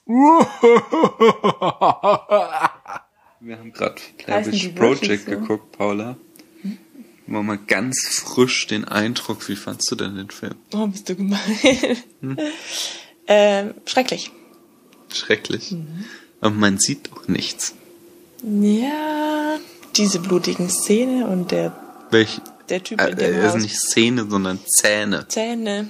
Wir haben gerade Blair Witch Project geguckt, Paula. Mal ganz frisch den Eindruck. Wie fandst du denn den Film? Oh, bist du gemein. Schrecklich. Schrecklich? Aber man sieht doch nichts. Ja, diese blutigen Szene und der Typ in dem Haus. Also nicht Szene, sondern Zähne. Zähne.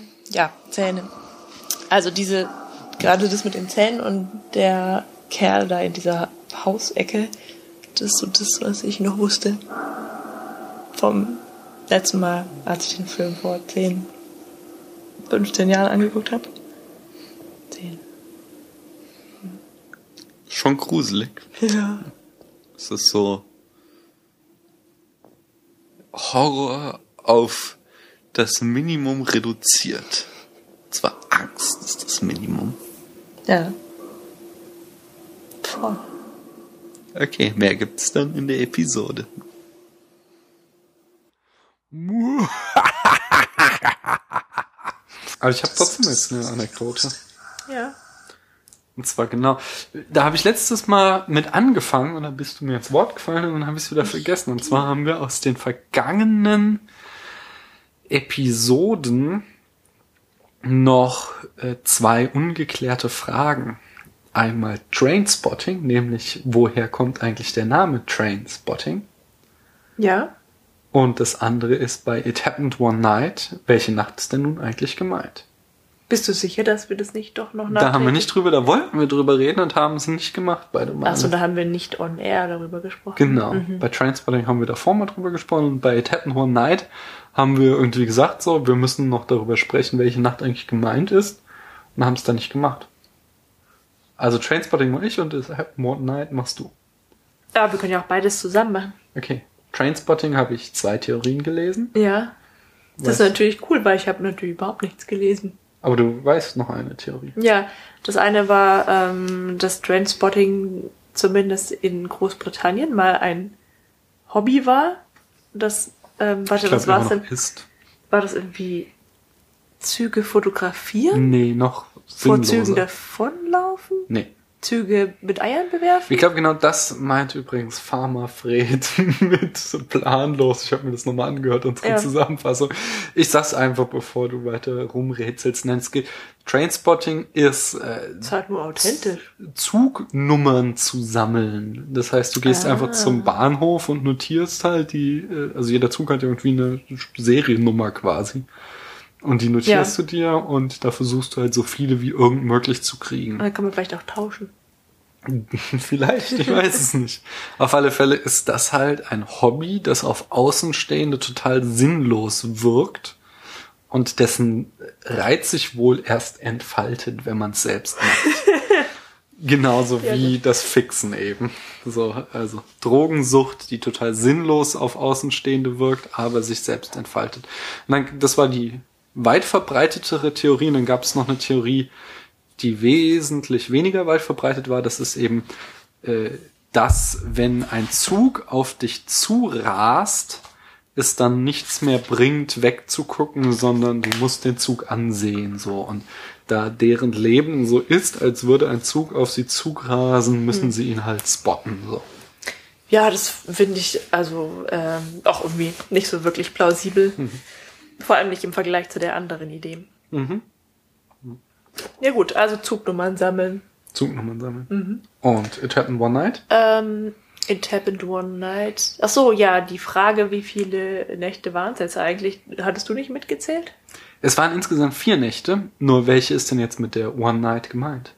Also gerade das mit den Zähnen und der Kerl da in dieser Hausecke, das ist so das, was ich noch wusste. Vom letzten Mal, als ich den Film vor 10, 15 Jahren angeguckt habe. 10. Schon gruselig. Ja. Es ist so Horror auf das Minimum reduziert. Zwar Angst ist das Minimum. Ja. Boah. Okay, mehr gibt's dann in der Episode. Aber ich habe trotzdem jetzt eine Anekdote. Ja. Und zwar genau, da habe ich letztes Mal mit angefangen und dann bist du mir ins Wort gefallen und dann habe ich es wieder vergessen. Und zwar haben wir aus den vergangenen Episoden noch 2 ungeklärte Fragen. Einmal Trainspotting, nämlich woher kommt eigentlich der Name Trainspotting? Ja. Und das andere ist bei It Happened One Night, welche Nacht ist denn nun eigentlich gemeint? Bist du sicher, dass wir das nicht doch noch Da haben wir nicht drüber, da wollten wir drüber reden und haben es nicht gemacht, beide Male. Achso, da haben wir nicht on air darüber gesprochen. Genau. Bei Trainspotting haben wir davor mal drüber gesprochen und bei It Happened One Night haben wir irgendwie gesagt, so, wir müssen noch darüber sprechen, welche Nacht eigentlich gemeint ist und haben es dann nicht gemacht. Also Trainspotting mache ich und It Happened One Night machst du. Ja, wir können ja auch beides zusammen machen. Okay. Trainspotting habe ich 2 Theorien gelesen. Ja. Das ist natürlich cool, weil ich habe natürlich überhaupt nichts gelesen. Aber du weißt noch eine Theorie. Ja, das eine war, dass Trainspotting zumindest in Großbritannien mal ein Hobby war. Das, was war's denn? War das irgendwie Züge fotografieren? Nee, noch vor sinnloser. Zügen davonlaufen? Nee. Züge mit Eiern bewerfen? Ich glaube, genau das meint übrigens Farmer Fred mit so planlos. Ich habe mir das nochmal angehört, unsere Zusammenfassung. Ich sag's einfach, bevor du weiter rumrätselst. Nein, es geht. Trainspotting ist halt nur authentisch. Zugnummern zu sammeln. Das heißt, du gehst einfach zum Bahnhof und notierst halt also jeder Zug hat irgendwie eine Seriennummer quasi. Und die notierst du dir und da versuchst du halt so viele wie irgend möglich zu kriegen. Dann kann man vielleicht auch tauschen. Vielleicht, ich weiß es nicht. Auf alle Fälle ist das halt ein Hobby, das auf Außenstehende total sinnlos wirkt und dessen Reiz sich wohl erst entfaltet, wenn man es selbst macht. Genauso wie das Fixen eben. So, also Drogensucht, die total sinnlos auf Außenstehende wirkt, aber sich selbst entfaltet. Und dann, das war die weit verbreitetere Theorie. Und dann gab es noch eine Theorie, die wesentlich weniger weit verbreitet war. Das ist eben, dass wenn ein Zug auf dich zurast, es dann nichts mehr bringt, wegzugucken, sondern du musst den Zug ansehen. So. Und da deren Leben so ist, als würde ein Zug auf sie zugrasen, müssen sie ihn halt spotten. So. Ja, das finde ich also auch irgendwie nicht so wirklich plausibel. Vor allem nicht im Vergleich zu der anderen Idee. Ja gut, also Zugnummern sammeln. Und It Happened One Night? It Happened One Night. Ach so, ja, die Frage, wie viele Nächte waren es jetzt eigentlich? Hattest du nicht mitgezählt? Es waren insgesamt 4 Nächte. Nur welche ist denn jetzt mit der One Night gemeint?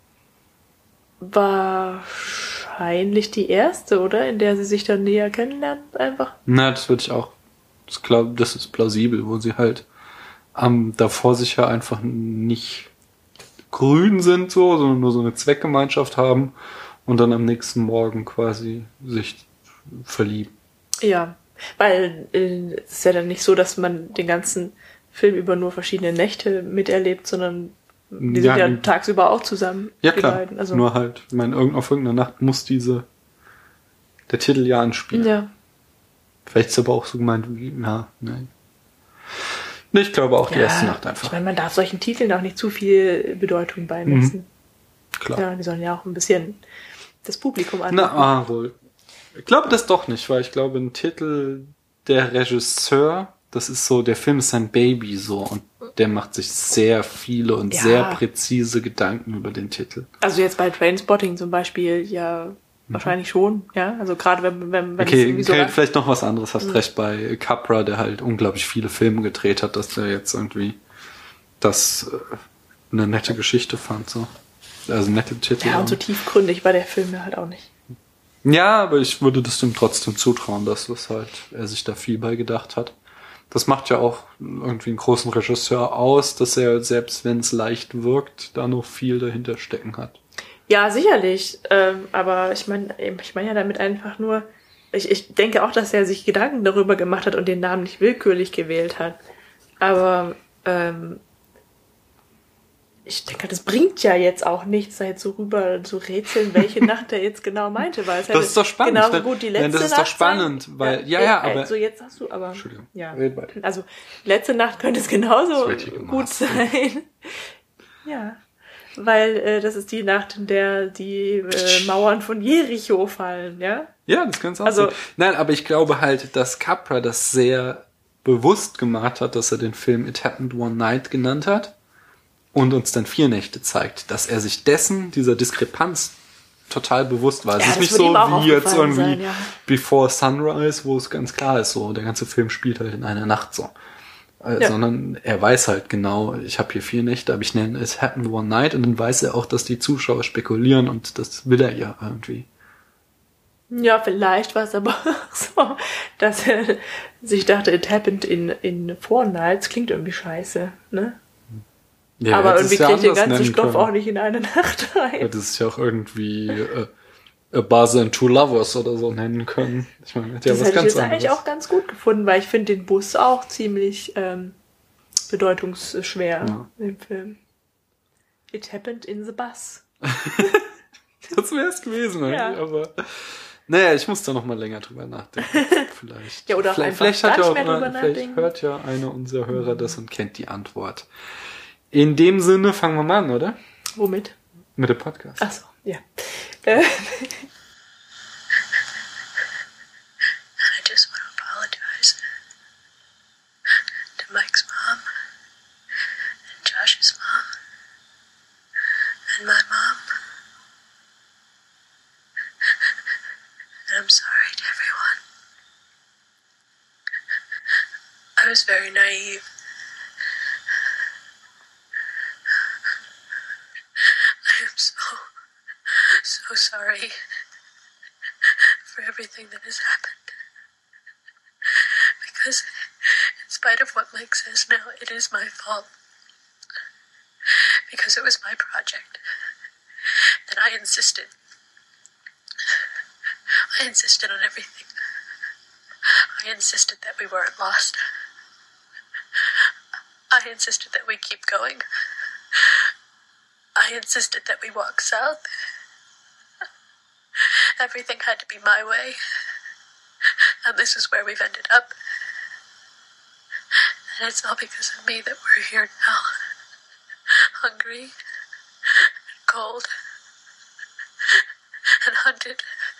Wahrscheinlich die erste, oder? In der sie sich dann näher kennenlernen, einfach. Na, das würde ich auch. Ich glaube, das ist plausibel, wo sie halt davor sich ja einfach nicht grün sind, so, sondern nur so eine Zweckgemeinschaft haben und dann am nächsten Morgen quasi sich verlieben. Ja, weil es ist ja dann nicht so, dass man den ganzen Film über nur verschiedene Nächte miterlebt, sondern die sind ja tagsüber auch zusammen. Ja, klar. Beiden. Also, nur halt, ich meine, auf irgendeiner Nacht muss der Titel ja anspielen. Ja. Vielleicht ist aber auch so gemeint, nein. Ich glaube auch die erste Nacht einfach. Ich meine, man darf solchen Titeln auch nicht zu viel Bedeutung beimessen. klar. Ja, die sollen ja auch ein bisschen das Publikum anlocken. Wohl. Ich glaube das doch nicht, weil ich glaube, ein Titel, der Regisseur, das ist so, der Film ist sein Baby so und der macht sich sehr viele und sehr präzise Gedanken über den Titel. Also jetzt bei Trainspotting zum Beispiel, ja, wahrscheinlich schon, ja. Also gerade wenn okay, es irgendwie so vielleicht noch was anderes, hast recht, bei Capra, der halt unglaublich viele Filme gedreht hat, dass der jetzt irgendwie das eine nette Geschichte fand, so. Also nette Titel. Ja, und so tiefgründig war der Film ja halt auch nicht. Ja, aber ich würde das dem trotzdem zutrauen, dass das halt, er sich da viel bei gedacht hat. Das macht ja auch irgendwie einen großen Regisseur aus, dass er, selbst wenn es leicht wirkt, da noch viel dahinter stecken hat. Ja, sicherlich. Aber ich meine ja damit einfach nur, ich denke auch, dass er sich Gedanken darüber gemacht hat und den Namen nicht willkürlich gewählt hat. Aber ich denke, das bringt ja jetzt auch nichts, da jetzt so rüber zu rätseln, welche Nacht er jetzt genau meinte, weil es das ist doch spannend. Genauso gut die letzte Nacht. Das ist doch spannend, weil aber also jetzt hast du aber Entschuldigung. Ja. Red weiter. Also letzte Nacht könnte es genauso gut sein. Ja, weil das ist die Nacht, in der die Mauern von Jericho fallen, ja? Ja, das kann es auch sein. Nein, aber ich glaube halt, dass Capra das sehr bewusst gemacht hat, dass er den Film It Happened One Night genannt hat. Und uns dann 4 Nächte zeigt, dass er sich dieser Diskrepanz total bewusst war. Es ist nicht so wie jetzt irgendwie Before Sunrise, wo es ganz klar ist, so der ganze Film spielt halt in einer Nacht so. Sondern er weiß halt genau, ich habe hier 4 Nächte, aber ich nenne es Happened One Night und dann weiß er auch, dass die Zuschauer spekulieren und das will er ja irgendwie. Ja, vielleicht war es aber so, dass er sich dachte, It Happened in 4 Nights, klingt irgendwie scheiße, ne? Ja, aber irgendwie kriegt den ganzen Stoff auch nicht in eine Nacht rein. Ja, das ist ja auch irgendwie A Buzz and Two Lovers oder so nennen können. Ich meine, das hätte ich jetzt eigentlich auch ganz gut gefunden, weil ich finde den Bus auch ziemlich bedeutungsschwer im Film. It happened in the bus. Das wäre es gewesen eigentlich, aber naja, ich muss da noch mal länger drüber nachdenken. Vielleicht. Ja, oder auch vielleicht hat ja auch vielleicht hört ja einer unserer Hörer das und kennt die Antwort. In dem Sinne fangen wir mal an, oder? Womit? Mit dem Podcast. Ach so, ja. I just want to apologize to Mike's mom and Josh's mom and my mom. And I'm sorry to everyone. I was very naive. I am so sorry for everything that has happened. Because in spite of what Mike says now, it is my fault. Because it was my project. And I insisted. I insisted on everything. I insisted that we weren't lost. I insisted that we keep going. I insisted that we walk south. Everything had to be my way. And this is where we've ended up. And it's all because of me that we're here now. Hungry, and cold, and hunted.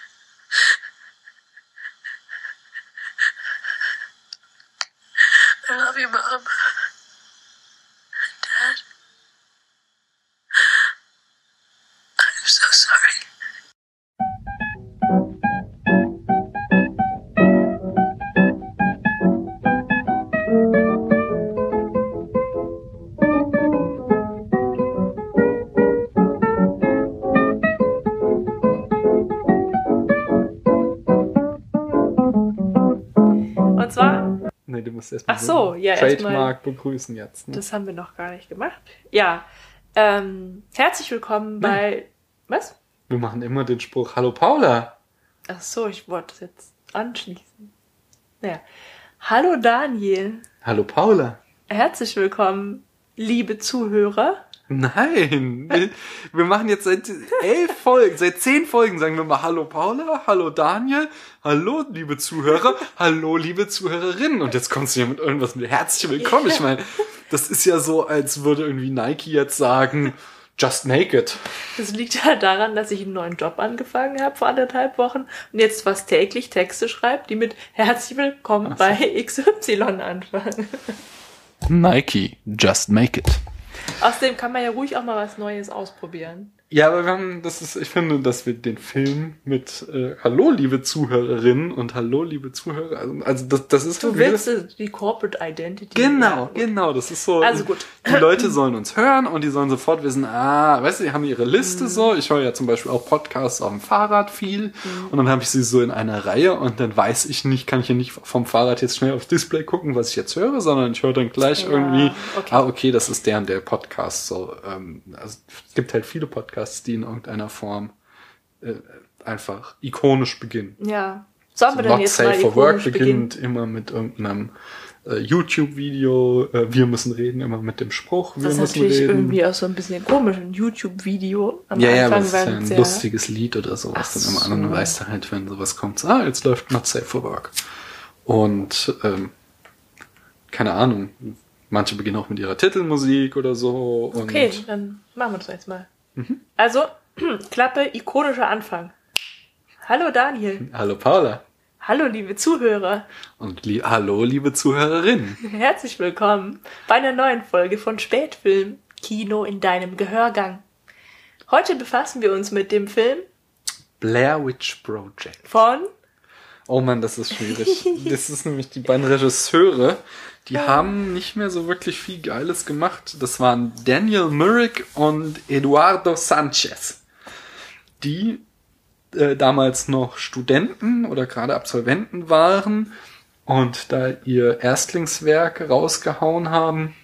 I love you, Mom. Dad. I'm so sorry. Und zwar... Nee, du musst erstmal Trademark begrüßen jetzt. Ne? Das haben wir noch gar nicht gemacht. Ja, herzlich willkommen bei... Was? Wir machen immer den Spruch, hallo Paula. Ach so, ich wollte das jetzt anschließen. Naja. Hallo Daniel. Hallo Paula. Herzlich willkommen, liebe Zuhörer. Nein, wir machen jetzt seit 10 Folgen sagen wir mal hallo Paula, hallo Daniel, hallo liebe Zuhörer, hallo liebe Zuhörerinnen. Und jetzt kommst du hier mit irgendwas mit herzlich willkommen. Ich meine, das ist ja so, als würde irgendwie Nike jetzt sagen, Just make it. Das liegt halt daran, dass ich einen neuen Job angefangen habe vor 1,5 Wochen und jetzt fast täglich Texte schreibe, die mit Herzlich willkommen bei XY anfangen. Nike, just make it. Außerdem kann man ja ruhig auch mal was Neues ausprobieren. Ja, aber ich finde, dass wir den Film mit Hallo, liebe Zuhörerinnen und Hallo, liebe Zuhörer, also das ist... Du willst die Corporate Identity. Genau, das ist so... Also gut. Die Leute sollen uns hören und die sollen sofort wissen, weißt du, die haben ihre Liste so. Ich höre ja zum Beispiel auch Podcasts auf dem Fahrrad viel und dann habe ich sie so in einer Reihe und dann weiß ich nicht, kann ich ja nicht vom Fahrrad jetzt schnell aufs Display gucken, was ich jetzt höre, sondern ich höre dann gleich irgendwie, okay, das ist der und der Podcast. So, also es gibt halt viele Podcasts, die in irgendeiner Form einfach ikonisch beginnen. Ja. Sollen wir so dann jetzt mal Not Safe for Work beginnen? beginnt immer mit irgendeinem YouTube-Video. Wir müssen reden, immer mit dem Spruch. Wir das ist müssen natürlich reden. Irgendwie auch so ein bisschen komisch, ein YouTube-Video am Ja, Anfang. aber das ist ja weil ein sehr lustiges Lied oder sowas. Dann immer an und weißt du halt, wenn sowas kommt, jetzt läuft Not Safe for Work. Und keine Ahnung, manche beginnen auch mit ihrer Titelmusik oder so. Und okay, dann machen wir das jetzt mal. Also, Klappe, ikonischer Anfang. Hallo Daniel. Hallo Paula. Hallo liebe Zuhörer. Und hallo liebe Zuhörerinnen. Herzlich willkommen bei einer neuen Folge von Spätfilm Kino in deinem Gehörgang. Heute befassen wir uns mit dem Film Blair Witch Project. Von... Oh Mann, das ist schwierig. Das ist nämlich die beiden Regisseure, die haben nicht mehr so wirklich viel Geiles gemacht. Das waren Daniel Myrick und Eduardo Sanchez, die damals noch Studenten oder gerade Absolventen waren und da ihr Erstlingswerk rausgehauen haben.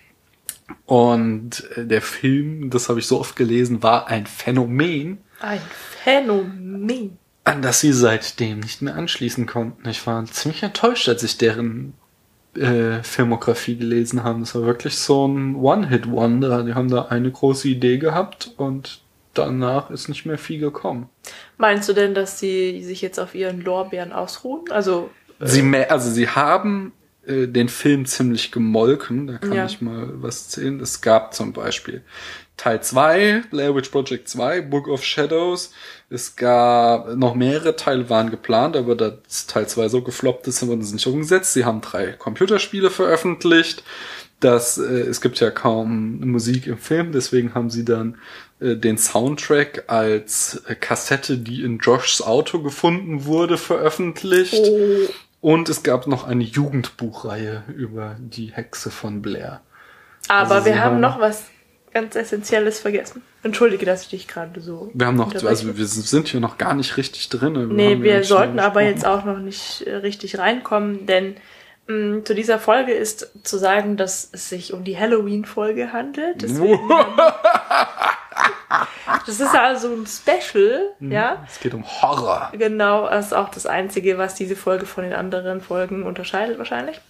Und der Film, das habe ich so oft gelesen, war ein Phänomen. Ein Phänomen. An das sie seitdem nicht mehr anschließen konnten. Ich war ziemlich enttäuscht, als ich deren Filmografie gelesen habe. Das war wirklich so ein One-Hit-Wonder. Die haben da eine große Idee gehabt und danach ist nicht mehr viel gekommen. Meinst du denn, dass sie sich jetzt auf ihren Lorbeeren ausruhen? Also sie haben den Film ziemlich gemolken. Da kann ich mal was zählen. Es gab zum Beispiel Teil 2, Blair Witch Project 2, Book of Shadows. Es gab noch mehrere Teile waren geplant, aber da Teil 2 so gefloppt ist, wurden sie nicht umgesetzt. Sie haben 3 Computerspiele veröffentlicht. Es gibt ja kaum Musik im Film, deswegen haben sie dann den Soundtrack als Kassette, die in Joshs Auto gefunden wurde, veröffentlicht. Oh. Und es gab noch eine Jugendbuchreihe über die Hexe von Blair. Aber also wir haben noch was ganz Essentielles vergessen. Entschuldige, dass ich dich gerade so... Wir haben noch, also wir sind hier noch gar nicht richtig drin. Wir sollten aber jetzt auch noch nicht richtig reinkommen, denn zu dieser Folge ist zu sagen, dass es sich um die Halloween-Folge handelt. Deswegen, das ist also ein Special, ja. Es geht um Horror. Genau, das ist auch das Einzige, was diese Folge von den anderen Folgen unterscheidet wahrscheinlich.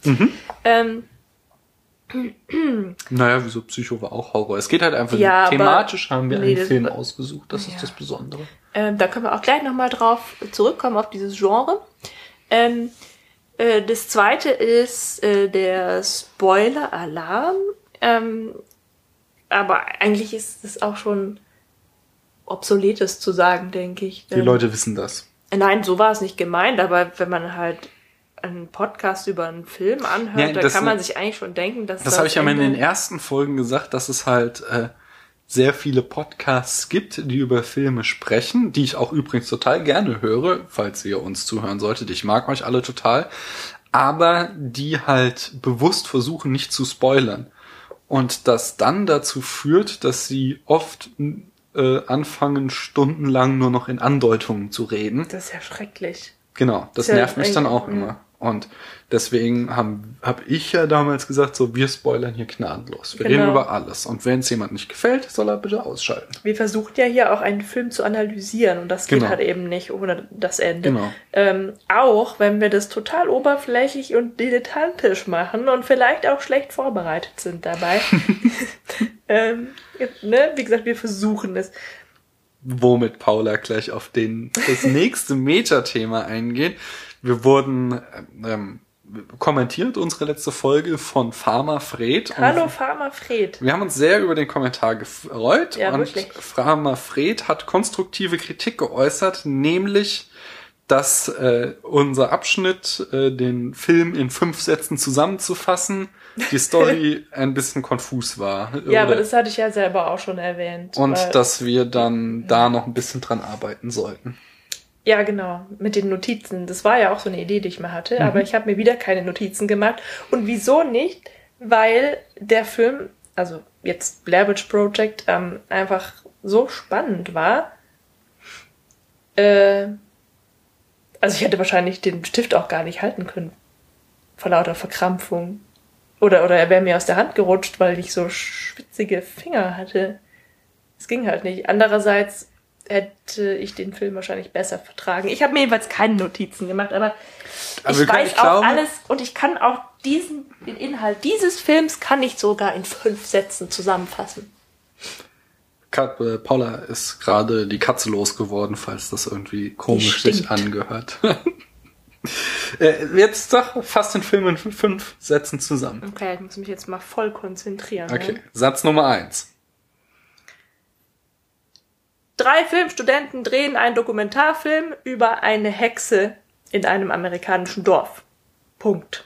Naja, wieso Psycho war auch Horror. Es geht halt einfach, thematisch haben wir einen Film ausgesucht, das ist das Besondere. Da können wir auch gleich nochmal drauf zurückkommen, auf dieses Genre. Das zweite ist der Spoiler-Alarm. Aber eigentlich ist es auch schon obsoletes zu sagen, denke ich. Die Leute wissen das. Nein, so war es nicht gemeint, aber wenn man halt einen Podcast über einen Film anhört, da kann man sich eigentlich schon denken, dass das habe ich ja mal in den ersten Folgen gesagt, dass es halt sehr viele Podcasts gibt, die über Filme sprechen, die ich auch übrigens total gerne höre, falls ihr uns zuhören solltet. Ich mag euch alle total, aber die halt bewusst versuchen, nicht zu spoilern. Und das dann dazu führt, dass sie oft anfangen, stundenlang nur noch in Andeutungen zu reden. Das ist ja schrecklich. Genau, das nervt mich dann auch immer. Und deswegen hab ich ja damals gesagt, so, wir spoilern hier gnadenlos. Wir reden über alles. Und wenn es jemand nicht gefällt, soll er bitte ausschalten. Wir versuchen ja hier auch einen Film zu analysieren. Und das geht halt eben nicht ohne das Ende. Genau. Auch wenn wir das total oberflächlich und dilettantisch machen und vielleicht auch schlecht vorbereitet sind dabei. Wie gesagt, wir versuchen es. Womit Paula gleich auf das nächste Metathema eingeht. Wir wurden kommentiert unsere letzte Folge von Pharma Fred. Hallo Pharma Fred. Wir haben uns sehr über den Kommentar gefreut. Ja, und wirklich. Pharma Fred hat konstruktive Kritik geäußert, nämlich, dass unser Abschnitt, den Film in 5 Sätzen zusammenzufassen, die Story ein bisschen konfus war. Ja, aber das hatte ich ja selber auch schon erwähnt. Und dass wir dann da noch ein bisschen dran arbeiten sollten. Ja, genau, mit den Notizen. Das war ja auch so eine Idee, die ich mal hatte, aber ich habe mir wieder keine Notizen gemacht. Und wieso nicht? Weil der Film, also jetzt Blair Witch Project, einfach so spannend war. Also ich hätte wahrscheinlich den Stift auch gar nicht halten können. Vor lauter Verkrampfung. Oder er wäre mir aus der Hand gerutscht, weil ich so schwitzige Finger hatte. Es ging halt nicht. Andererseits hätte ich den Film wahrscheinlich besser vertragen. Ich habe mir jedenfalls keine Notizen gemacht, aber ich weiß auch alles und ich kann auch den Inhalt dieses Films kann ich sogar in 5 Sätzen zusammenfassen. Paula ist gerade die Katze losgeworden, falls das irgendwie komisch sich angehört. Jetzt fass den Film in 5 Sätzen zusammen. Okay, ich muss mich jetzt mal voll konzentrieren. Okay, ne? Satz Nummer 1. 3 Filmstudenten drehen einen Dokumentarfilm über eine Hexe in einem amerikanischen Dorf. Punkt.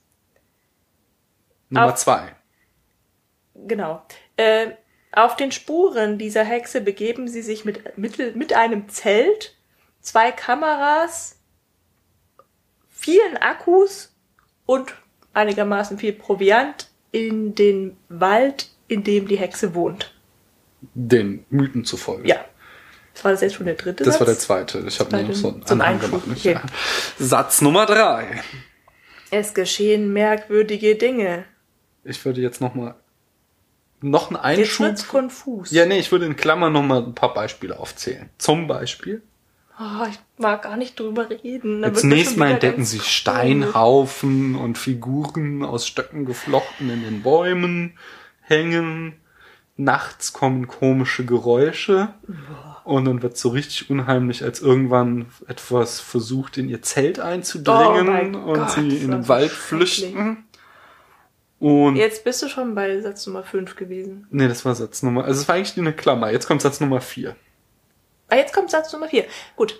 Nummer 2. Genau. Auf den Spuren dieser Hexe begeben sie sich mit einem Zelt, 2 Kameras, vielen Akkus und einigermaßen viel Proviant in den Wald, in dem die Hexe wohnt. Den Mythen zufolge. Ja. Das war das jetzt schon der 3. Satz? Das war der 2. Ich habe nur noch so einen Anhang gemacht. Okay. Ja. Satz Nummer 3. Es geschehen merkwürdige Dinge. Ich würde jetzt noch einen Einschub. Jetzt wird's konfus. Ja, nee, ich würde in Klammern noch mal ein paar Beispiele aufzählen. Zum Beispiel. Oh, ich mag gar nicht drüber reden. Zunächst mal entdecken sie Steinhaufen und Figuren aus Stöcken geflochten in den Bäumen hängen. Nachts kommen komische Geräusche. Und dann wird so richtig unheimlich, als irgendwann etwas versucht, in ihr Zelt einzudringen und sie in den Wald flüchten. Und jetzt bist du schon bei Satz Nummer 5 gewesen. Nee, das war Satz Nummer... Also es war eigentlich nur eine Klammer. Jetzt kommt Satz Nummer 4. Jetzt kommt Satz Nummer 4. Gut.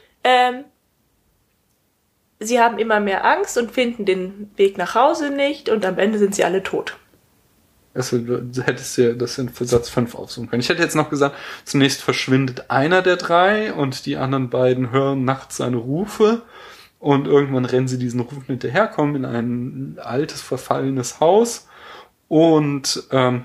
Sie haben immer mehr Angst und finden den Weg nach Hause nicht und am Ende sind sie alle tot. Also du hättest ja das in Satz 5 aufsuchen können. Ich hätte jetzt noch gesagt, zunächst verschwindet einer der 3 und die anderen beiden hören nachts seine Rufe und irgendwann rennen sie diesen Rufen hinterher, kommen in ein altes, verfallenes Haus und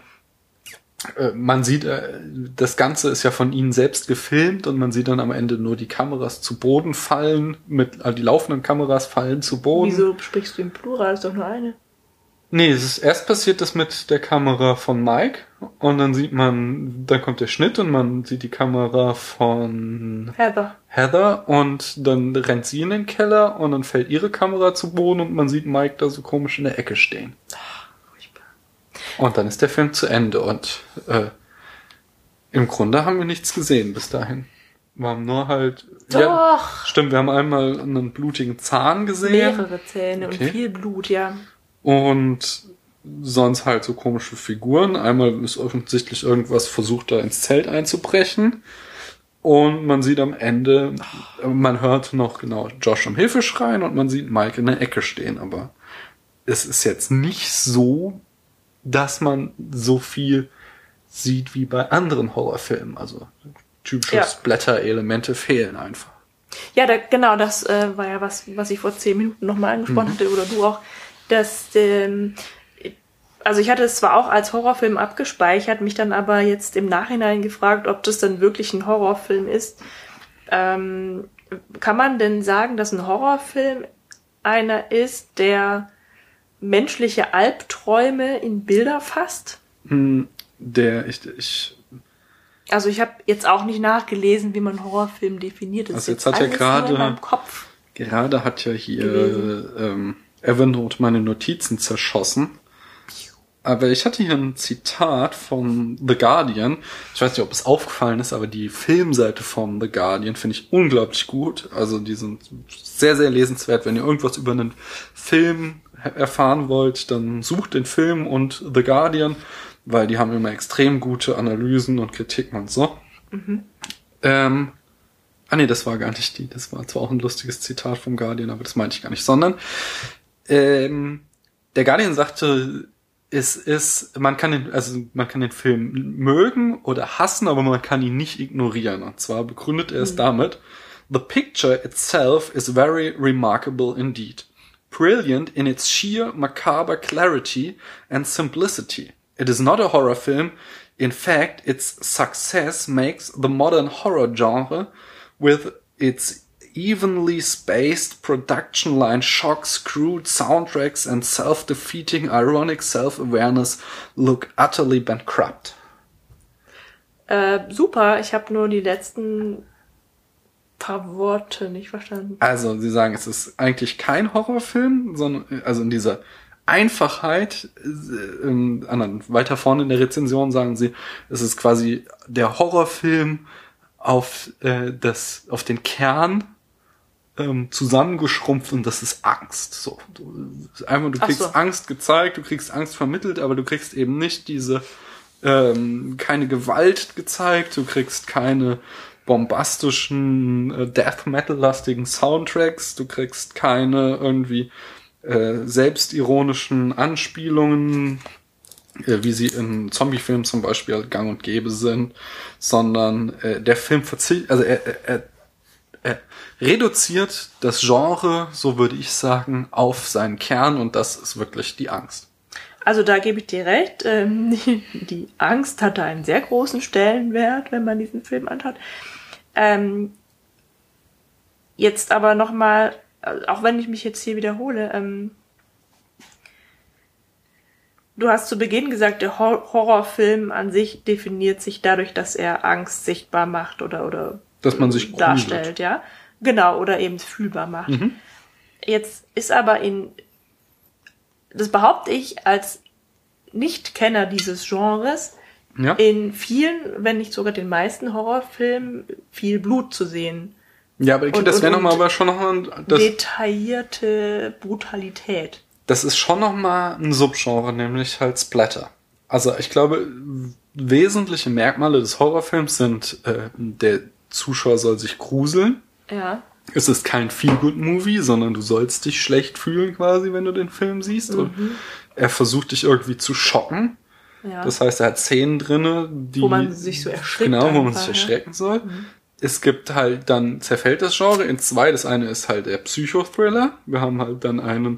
man sieht, das Ganze ist ja von ihnen selbst gefilmt und man sieht dann am Ende nur die Kameras zu Boden fallen, die laufenden Kameras fallen zu Boden. Wieso sprichst du im Plural? Ist doch nur eine. Nee, erst passiert das mit der Kamera von Mike und dann kommt der Schnitt und man sieht die Kamera von Heather und dann rennt sie in den Keller und dann fällt ihre Kamera zu Boden und man sieht Mike da so komisch in der Ecke stehen. Furchtbar. Und dann ist der Film zu Ende und im Grunde haben wir nichts gesehen bis dahin. Wir haben nur halt... Doch! Ja, stimmt, wir haben einmal einen blutigen Zahn gesehen. Mehrere Zähne und viel Blut, ja. Und sonst halt so komische Figuren. Einmal ist offensichtlich irgendwas versucht, da ins Zelt einzubrechen. Und man sieht am Ende, man hört noch genau Josh um Hilfe schreien und man sieht Mike in der Ecke stehen. Aber es ist jetzt nicht so, dass man so viel sieht wie bei anderen Horrorfilmen. Also typische Splatter-Elemente fehlen einfach. Ja, genau, das war ja was ich vor 10 Minuten nochmal angesprochen hatte, oder du auch. Also ich hatte es zwar auch als Horrorfilm abgespeichert, mich dann aber jetzt im Nachhinein gefragt, ob das dann wirklich ein Horrorfilm ist. Kann man denn sagen, dass ein Horrorfilm einer ist, der menschliche Albträume in Bilder fasst? Also ich habe jetzt auch nicht nachgelesen, wie man Horrorfilm definiert. Das also jetzt hat ja gerade hat ja hier Evernote meine Notizen zerschossen. Aber ich hatte hier ein Zitat von The Guardian. Ich weiß nicht, ob es aufgefallen ist, aber die Filmseite von The Guardian finde ich unglaublich gut. Also die sind sehr, sehr lesenswert. Wenn ihr irgendwas über einen Film erfahren wollt, dann sucht den Film und The Guardian, weil die haben immer extrem gute Analysen und Kritiken und so. Das war gar nicht die. Das war zwar auch ein lustiges Zitat vom Guardian, aber das meinte ich gar nicht. Sondern der Guardian sagte, man kann den Film mögen oder hassen, aber man kann ihn nicht ignorieren. Und zwar begründet er es damit: The picture itself is very remarkable indeed. Brilliant in its sheer macabre clarity and simplicity. It is not a horror film. In fact, its success makes the modern horror genre, with its evenly spaced production line shocks, crude soundtracks and self-defeating ironic self-awareness, look utterly bankrupt. Super, ich habe nur die letzten paar Worte nicht verstanden. Also, Sie sagen, es ist eigentlich kein Horrorfilm, sondern, also in dieser Einfachheit, weiter vorne in der Rezension sagen Sie, es ist quasi der Horrorfilm auf den Kern zusammengeschrumpft, und das ist Angst. So, du kriegst Angst gezeigt, du kriegst Angst vermittelt, aber du kriegst eben nicht diese keine Gewalt gezeigt, du kriegst keine bombastischen Death-Metal-lastigen Soundtracks, du kriegst keine irgendwie selbstironischen Anspielungen, wie sie in Zombie-Filmen zum Beispiel halt gang und gäbe sind, sondern der Film er reduziert das Genre, so würde ich sagen, auf seinen Kern, und das ist wirklich die Angst. Also da gebe ich dir recht, die Angst hatte einen sehr großen Stellenwert, wenn man diesen Film anschaut. Jetzt aber nochmal, auch wenn ich mich jetzt hier wiederhole, du hast zu Beginn gesagt, der Horrorfilm an sich definiert sich dadurch, dass er Angst sichtbar macht oder dass man sich darstellt, ja? Genau, oder eben fühlbar macht. Jetzt ist aber das behaupte ich als Nicht-Kenner dieses Genres, in vielen, wenn nicht sogar den meisten Horrorfilmen viel Blut zu sehen. Ja, aber das wäre nochmal detaillierte Brutalität. Das ist schon nochmal ein Subgenre, nämlich halt Splatter. Also ich glaube, wesentliche Merkmale des Horrorfilms sind, der Zuschauer soll sich gruseln. Ja. Es ist kein Feel-Good-Movie, sondern du sollst dich schlecht fühlen quasi, wenn du den Film siehst. Und er versucht dich irgendwie zu schocken. Ja. Das heißt, er hat Szenen drinne, wo man sich so erschreckt. Genau, wo man sich erschrecken soll. Es gibt halt, dann zerfällt das Genre in zwei. Das eine ist halt der Psychothriller. Wir haben halt dann einen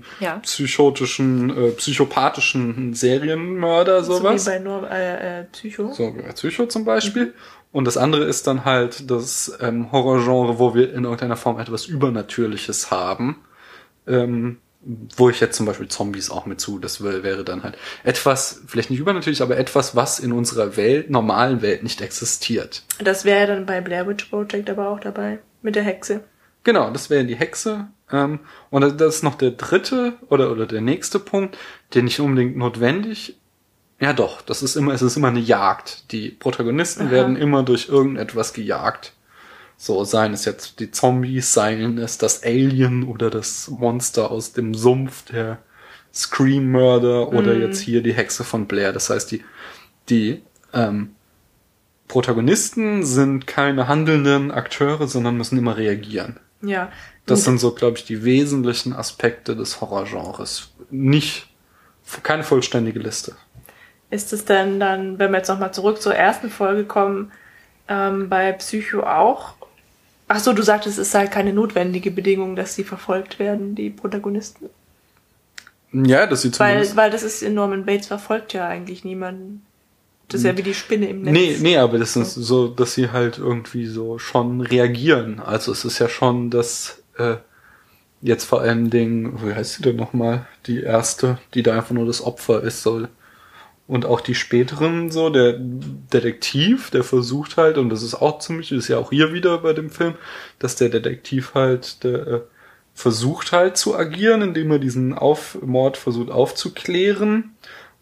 psychopathischen Serienmörder, sowas. So wie bei Psycho. So wie bei Psycho zum Beispiel. Und das andere ist dann halt das Horrorgenre, wo wir in irgendeiner Form etwas Übernatürliches haben. Wo ich jetzt zum Beispiel Zombies auch mit zu, das wäre dann halt etwas, vielleicht nicht übernatürlich, aber etwas, was in unserer normalen Welt nicht existiert. Das wäre dann bei Blair Witch Project aber auch dabei, mit der Hexe. Genau, das wäre die Hexe. Und das ist noch der dritte oder der nächste Punkt, der nicht unbedingt notwendig. Ja doch, es ist immer eine Jagd. Die Protagonisten werden immer durch irgendetwas gejagt. So, seien es jetzt die Zombies, seien es das Alien oder das Monster aus dem Sumpf, der Scream-Mörder oder jetzt hier die Hexe von Blair. Das heißt, die Protagonisten sind keine handelnden Akteure, sondern müssen immer reagieren. Ja. Das sind so, glaube ich, die wesentlichen Aspekte des Horrorgenres. Keine vollständige Liste. Ist es denn dann, wenn wir jetzt nochmal zurück zur ersten Folge kommen, bei Psycho auch? Ach so, du sagtest, es ist halt keine notwendige Bedingung, dass sie verfolgt werden, die Protagonisten. Ja, dass sie zumindest... Weil das ist in Norman Bates verfolgt ja eigentlich niemanden. Das ist ja wie die Spinne im Netz. Nee, aber das ist so, dass sie halt irgendwie so schon reagieren. Also es ist ja schon das, jetzt vor allen Dingen, wie heißt sie denn nochmal? Die erste, die da einfach nur das Opfer ist, soll. Und auch die späteren, so, der Detektiv, der versucht halt, und das ist ja auch hier wieder bei dem Film, dass der Detektiv halt, versucht halt zu agieren, indem er diesen Mord versucht aufzuklären.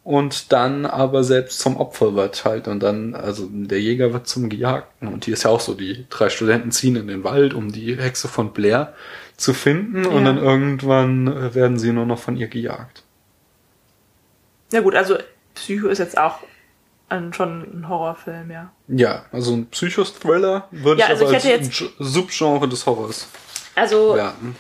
und dann aber selbst zum Opfer wird halt und dann, also der Jäger wird zum Gejagten und hier ist ja auch so, die 3 Studenten ziehen in den Wald, um die Hexe von Blair zu finden und dann irgendwann werden sie nur noch von ihr gejagt. Ja gut, also Psycho ist jetzt auch schon ein Horrorfilm, ja. Ja, also ein Psychothriller würde ich aber als Subgenre des Horrors werten.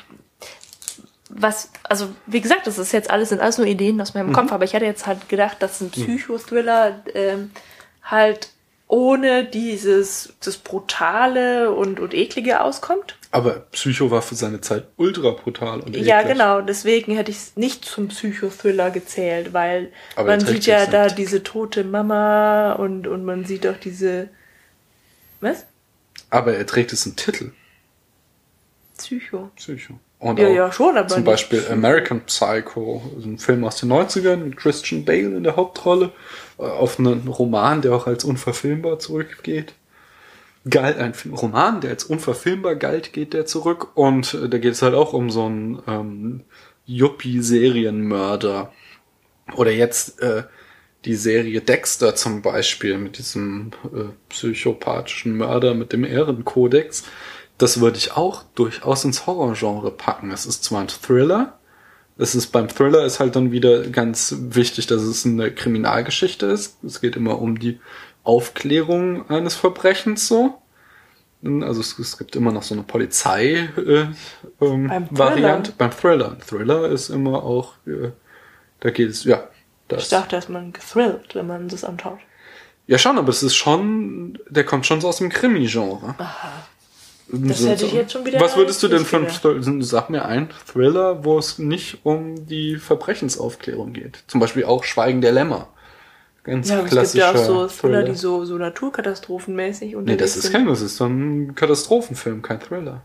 Also wie gesagt, das ist jetzt alles, sind alles nur Ideen aus meinem Kopf, aber ich hätte jetzt halt gedacht, dass ein Psychothriller halt ohne das Brutale und Eklige auskommt. Aber Psycho war für seine Zeit ultra brutal und eklig. Ja, genau, deswegen hätte ich es nicht zum Psychothriller gezählt, weil man sieht ja da diese tote Mama und man sieht auch diese... Was? Aber er trägt es im Titel. Psycho. Und ja, schon, aber zum Beispiel American Psycho, ein Film aus den 90ern mit Christian Bale in der Hauptrolle, auf einen Roman, der auch als unverfilmbar zurückgeht. Ein Roman, der als unverfilmbar galt, geht der zurück. Und da geht es halt auch um so einen Yuppie-Serienmörder. Oder jetzt die Serie Dexter zum Beispiel mit diesem psychopathischen Mörder mit dem Ehrenkodex. Das würde ich auch durchaus ins Horrorgenre packen. Es ist zwar ein Thriller, beim Thriller ist halt dann wieder ganz wichtig, dass es eine Kriminalgeschichte ist. Es geht immer um die Aufklärung eines Verbrechens so. Also es gibt immer noch so eine Polizei-Variante. Beim Thriller. Ein Thriller ist immer auch, da geht es, ja. Ich dachte, dass man gethrilled, wenn man das anschaut. Ja schon, aber es ist schon, der kommt schon so aus dem Krimi-Genre. Aha. Das hätte ich jetzt schon wieder... Was würdest du denn für einen, sag mir einen Thriller, wo es nicht um die Verbrechensaufklärung geht? Zum Beispiel auch Schweigen der Lämmer. Ganz klassischer. Es gibt ja auch so Thriller, die so naturkatastrophenmäßig unterwegs sind. Nee, das ist dann ein Katastrophenfilm, kein Thriller.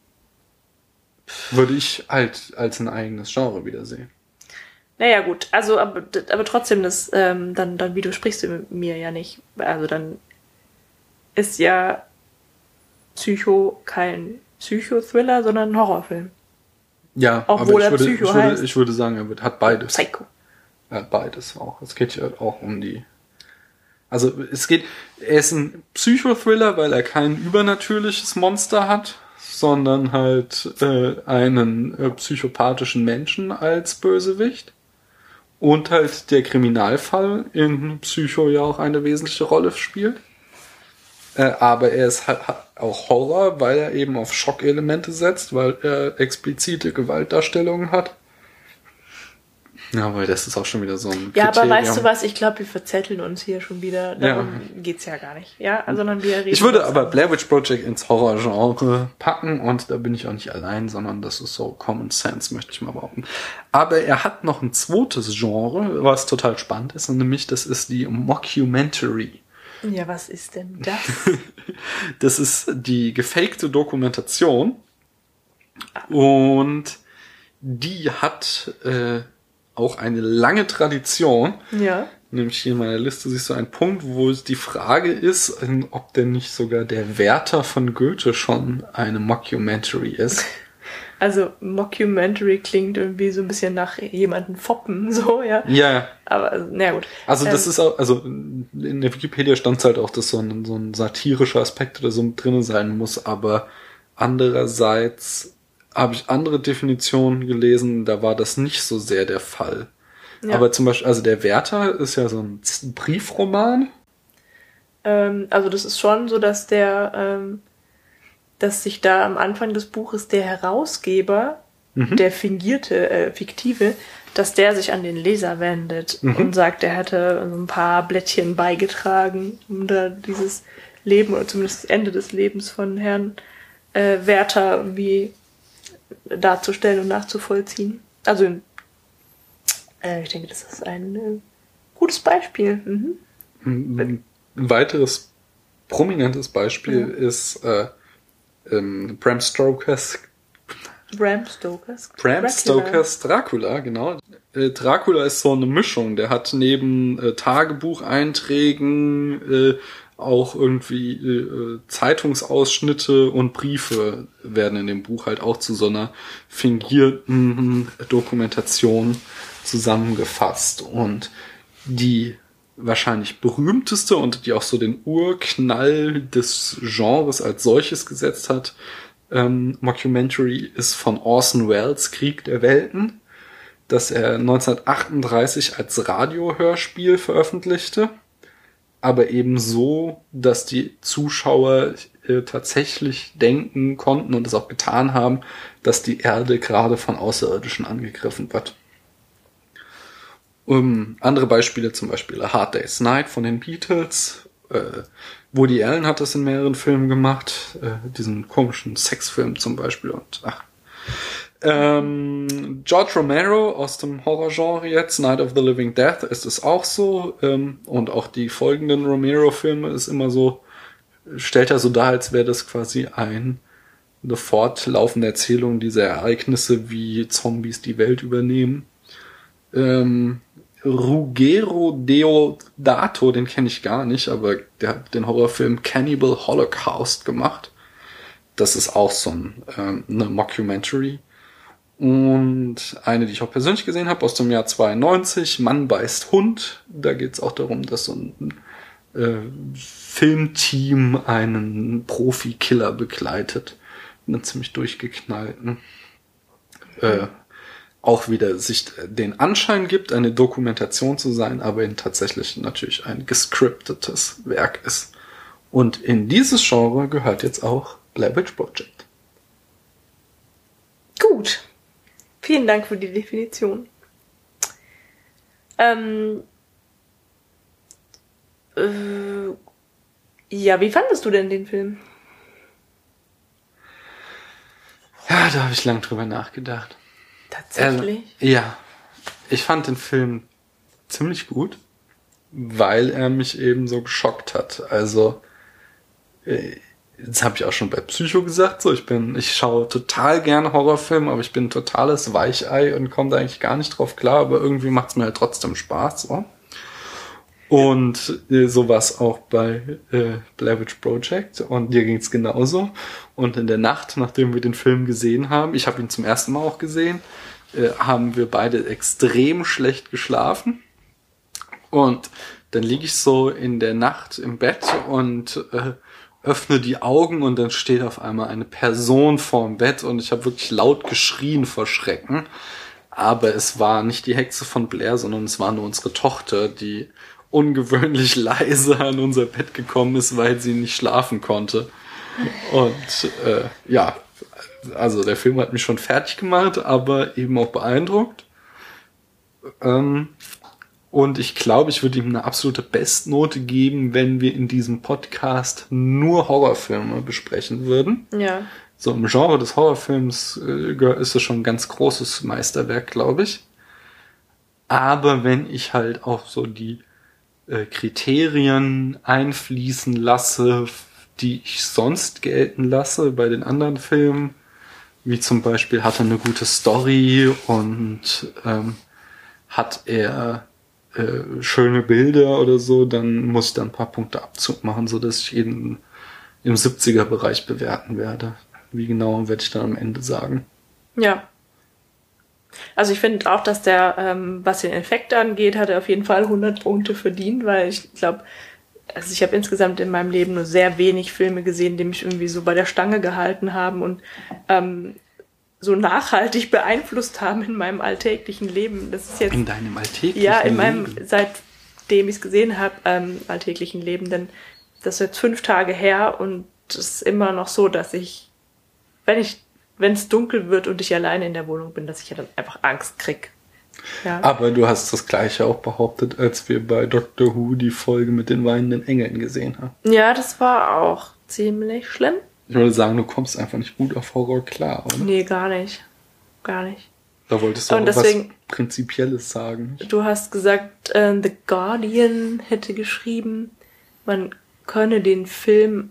Würde ich halt als ein eigenes Genre wiedersehen. Naja, gut, also, aber trotzdem, das, dann widersprichst du mir ja nicht. Also dann ist ja Psycho kein Psychothriller, sondern ein Horrorfilm. Ja, obwohl er Psycho heißt. Ich würde sagen, er hat beides. Psycho. Er hat beides auch. Es geht ja auch um die... Also er ist ein Psychothriller, weil er kein übernatürliches Monster hat, sondern halt einen psychopathischen Menschen als Bösewicht. Und halt der Kriminalfall in Psycho ja auch eine wesentliche Rolle spielt. Aber er ist halt auch Horror, weil er eben auf Schockelemente setzt, weil er explizite Gewaltdarstellungen hat. Ja, weil das ist auch schon wieder so ein Ja, Kriterium. Aber weißt du was, ich glaube, wir verzetteln uns hier schon wieder. Darum geht's ja gar nicht. Ja, sondern wir reden. Ich würde aber Blair Witch Project ins Horrorgenre packen und da bin ich auch nicht allein, sondern das ist so Common Sense, möchte ich mal behaupten. Aber er hat noch ein zweites Genre, was total spannend ist, und nämlich das ist die Mockumentary. Ja, was ist denn das? Das ist die gefakte Dokumentation und die hat auch eine lange Tradition. Ja. Nämlich hier in meiner Liste siehst du einen Punkt, wo es die Frage ist, ob denn nicht sogar der Werther von Goethe schon eine Mockumentary ist. Also Mockumentary klingt irgendwie so ein bisschen nach jemanden foppen, so, ja. Ja. Aber, na gut. Also das ist auch, also in der Wikipedia stand es halt auch, dass so ein satirischer Aspekt oder so mit drin sein muss, aber andererseits habe ich andere Definitionen gelesen, da war das nicht so sehr der Fall. Ja. Aber zum Beispiel, also der Werther ist ja so ein Briefroman. Also das ist schon so, dass dass sich da am Anfang des Buches der Herausgeber, der fiktive, dass der sich an den Leser wendet und sagt, er hätte so ein paar Blättchen beigetragen, um da dieses Leben oder zumindest das Ende des Lebens von Herrn Werther irgendwie darzustellen und nachzuvollziehen. Also ich denke, das ist ein gutes Beispiel. Ein weiteres prominentes Beispiel ist Bram Stokers Dracula, genau. Dracula ist so eine Mischung. Der hat neben Tagebucheinträgen auch irgendwie Zeitungsausschnitte und Briefe werden in dem Buch halt auch zu so einer fingierten Dokumentation zusammengefasst. Und die wahrscheinlich berühmteste und die auch so den Urknall des Genres als solches gesetzt hat, Mockumentary, ist von Orson Welles Krieg der Welten, das er 1938 als Radiohörspiel veröffentlichte, aber eben so, dass die Zuschauer tatsächlich denken konnten und es auch getan haben, dass die Erde gerade von Außerirdischen angegriffen wird. Andere Beispiele, zum Beispiel A Hard Day's Night von den Beatles. Woody Allen hat das in mehreren Filmen gemacht. Diesen komischen Sexfilm zum Beispiel. Und George Romero aus dem Horrorgenre jetzt, Night of the Living Death, ist es auch so. Und auch die folgenden Romero-Filme ist immer so, stellt er so dar, als wäre das quasi eine fortlaufende Erzählung dieser Ereignisse, wie Zombies die Welt übernehmen. Ruggero Deodato, den kenne ich gar nicht, aber der hat den Horrorfilm Cannibal Holocaust gemacht. Das ist auch so eine Mockumentary. Und eine, die ich auch persönlich gesehen habe, aus dem Jahr 92, Mann beißt Hund. Da geht es auch darum, dass so ein Filmteam einen Profi-Killer begleitet. Einen ziemlich durchgeknallten. Auch wieder sich den Anschein gibt, eine Dokumentation zu sein, aber in tatsächlich natürlich ein gescriptetes Werk ist. Und in dieses Genre gehört jetzt auch Blair Witch Project. Gut. Vielen Dank für die Definition. Ja, wie fandest du denn den Film? Ja, da habe ich lang drüber nachgedacht. Tatsächlich? Ja, ich fand den Film ziemlich gut, weil er mich eben so geschockt hat. Also, das habe ich auch schon bei Psycho gesagt, so ich schaue total gerne Horrorfilme, aber ich bin ein totales Weichei und komme da eigentlich gar nicht drauf klar, aber irgendwie macht es mir halt trotzdem Spaß. So. Und sowas auch bei Blair Witch Project, und dir ging's genauso. Und in der Nacht, nachdem wir den Film gesehen haben, ich habe ihn zum ersten Mal auch gesehen, haben wir beide extrem schlecht geschlafen. Und dann liege ich so in der Nacht im Bett und öffne die Augen und dann steht auf einmal eine Person vorm Bett und ich habe wirklich laut geschrien vor Schrecken. Aber es war nicht die Hexe von Blair, sondern es war nur unsere Tochter, die ungewöhnlich leise an unser Bett gekommen ist, weil sie nicht schlafen konnte. Und ja, also der Film hat mich schon fertig gemacht, aber eben auch beeindruckt. Und ich glaube, ich würde ihm eine absolute Bestnote geben, wenn wir in diesem Podcast nur Horrorfilme besprechen würden. Ja. So im Genre des Horrorfilms ist es schon ein ganz großes Meisterwerk, glaube ich. Aber wenn ich halt auch so die Kriterien einfließen lasse, die ich sonst gelten lasse bei den anderen Filmen, wie zum Beispiel hat er eine gute Story und hat er schöne Bilder oder so, dann muss ich da ein paar Punkte Abzug machen, so dass ich ihn im 70er-Bereich bewerten werde. Wie genau, werde ich dann am Ende sagen. Ja. Also ich finde auch, dass der, was den Effekt angeht, hat er auf jeden Fall 100 Punkte verdient, weil ich glaube, also ich habe insgesamt in meinem Leben nur sehr wenig Filme gesehen, die mich irgendwie so bei der Stange gehalten haben und so nachhaltig beeinflusst haben in meinem alltäglichen Leben. Das ist jetzt in deinem alltäglichen Leben? Ja, in meinem, Leben. Seitdem ich es gesehen habe, alltäglichen Leben, denn das ist jetzt 5 Tage her und es ist immer noch so, dass ich, wenn es dunkel wird und ich alleine in der Wohnung bin, dass ich ja dann einfach Angst krieg. Ja. Aber du hast das Gleiche auch behauptet, als wir bei Doctor Who die Folge mit den weinenden Engeln gesehen haben. Ja, das war auch ziemlich schlimm. Ich würde sagen, du kommst einfach nicht gut auf Horror klar, oder? Nee, gar nicht. Gar nicht. Da wolltest du auch deswegen, was Prinzipielles sagen. Du hast gesagt, The Guardian hätte geschrieben, man könne den Film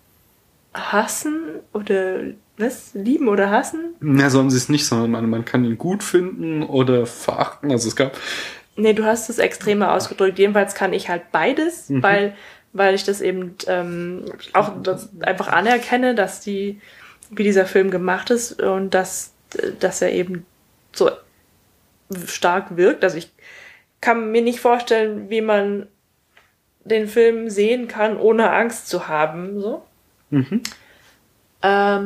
hassen oder was? Lieben oder hassen? Ja, sollen sie es nicht, sondern man kann ihn gut finden oder verachten. Also es gab... Nee, du hast es extremer ausgedrückt. Jedenfalls kann ich halt beides, weil ich das eben auch das einfach anerkenne, dass wie dieser Film gemacht ist und dass er eben so stark wirkt. Also ich kann mir nicht vorstellen, wie man den Film sehen kann, ohne Angst zu haben. So. Aber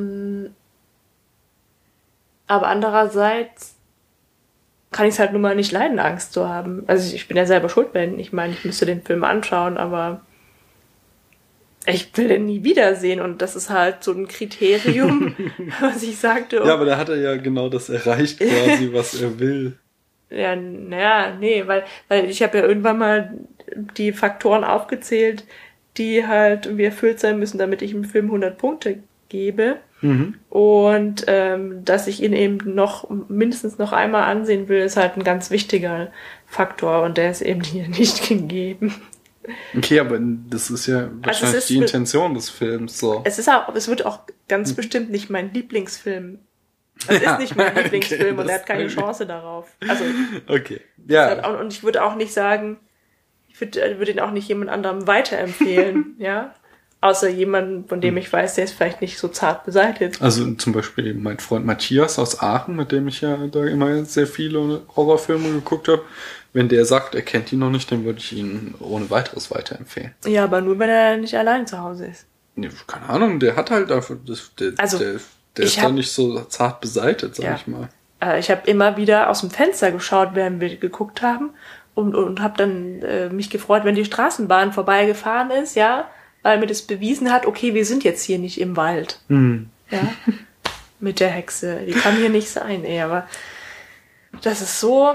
andererseits kann ich es halt nun mal nicht leiden, Angst zu haben. Also ich bin ja selber schuld, wenn ich meine, ich müsste den Film anschauen, aber ich will den nie wiedersehen und das ist halt so ein Kriterium, was ich sagte. Ja, aber da hat er ja genau das erreicht quasi, was er will. Ja, naja, nee, weil ich habe ja irgendwann mal die Faktoren aufgezählt, die halt irgendwie erfüllt sein müssen, damit ich im Film 100 Punkte gebe. Und dass ich ihn eben mindestens noch einmal ansehen will, ist halt ein ganz wichtiger Faktor und der ist eben hier nicht gegeben. Okay, aber das ist ja wahrscheinlich die Intention des Films so. Es wird auch ganz bestimmt nicht mein Lieblingsfilm. Es ist nicht mein Lieblingsfilm und er hat keine Chance darauf. Also okay, ja. Und ich würde auch nicht sagen, ich würde ihn auch nicht jemand anderem weiterempfehlen, ja. Außer jemanden, von dem ich weiß, der ist vielleicht nicht so zart beseitigt. Also zum Beispiel mein Freund Matthias aus Aachen, mit dem ich ja da immer sehr viele Horrorfilme geguckt habe. Wenn der sagt, er kennt ihn noch nicht, dann würde ich ihn ohne weiteres weiterempfehlen. Ja, aber nur, wenn er nicht allein zu Hause ist. Nee, keine Ahnung, der hat halt einfach, der ist da nicht so zart beseitigt, sag ich mal. Ich habe immer wieder aus dem Fenster geschaut, während wir geguckt haben und habe dann mich gefreut, wenn die Straßenbahn vorbeigefahren ist, ja, weil mir das bewiesen hat, okay, wir sind jetzt hier nicht im Wald. Ja, mit der Hexe. Die kann hier nicht sein, ey, aber das ist so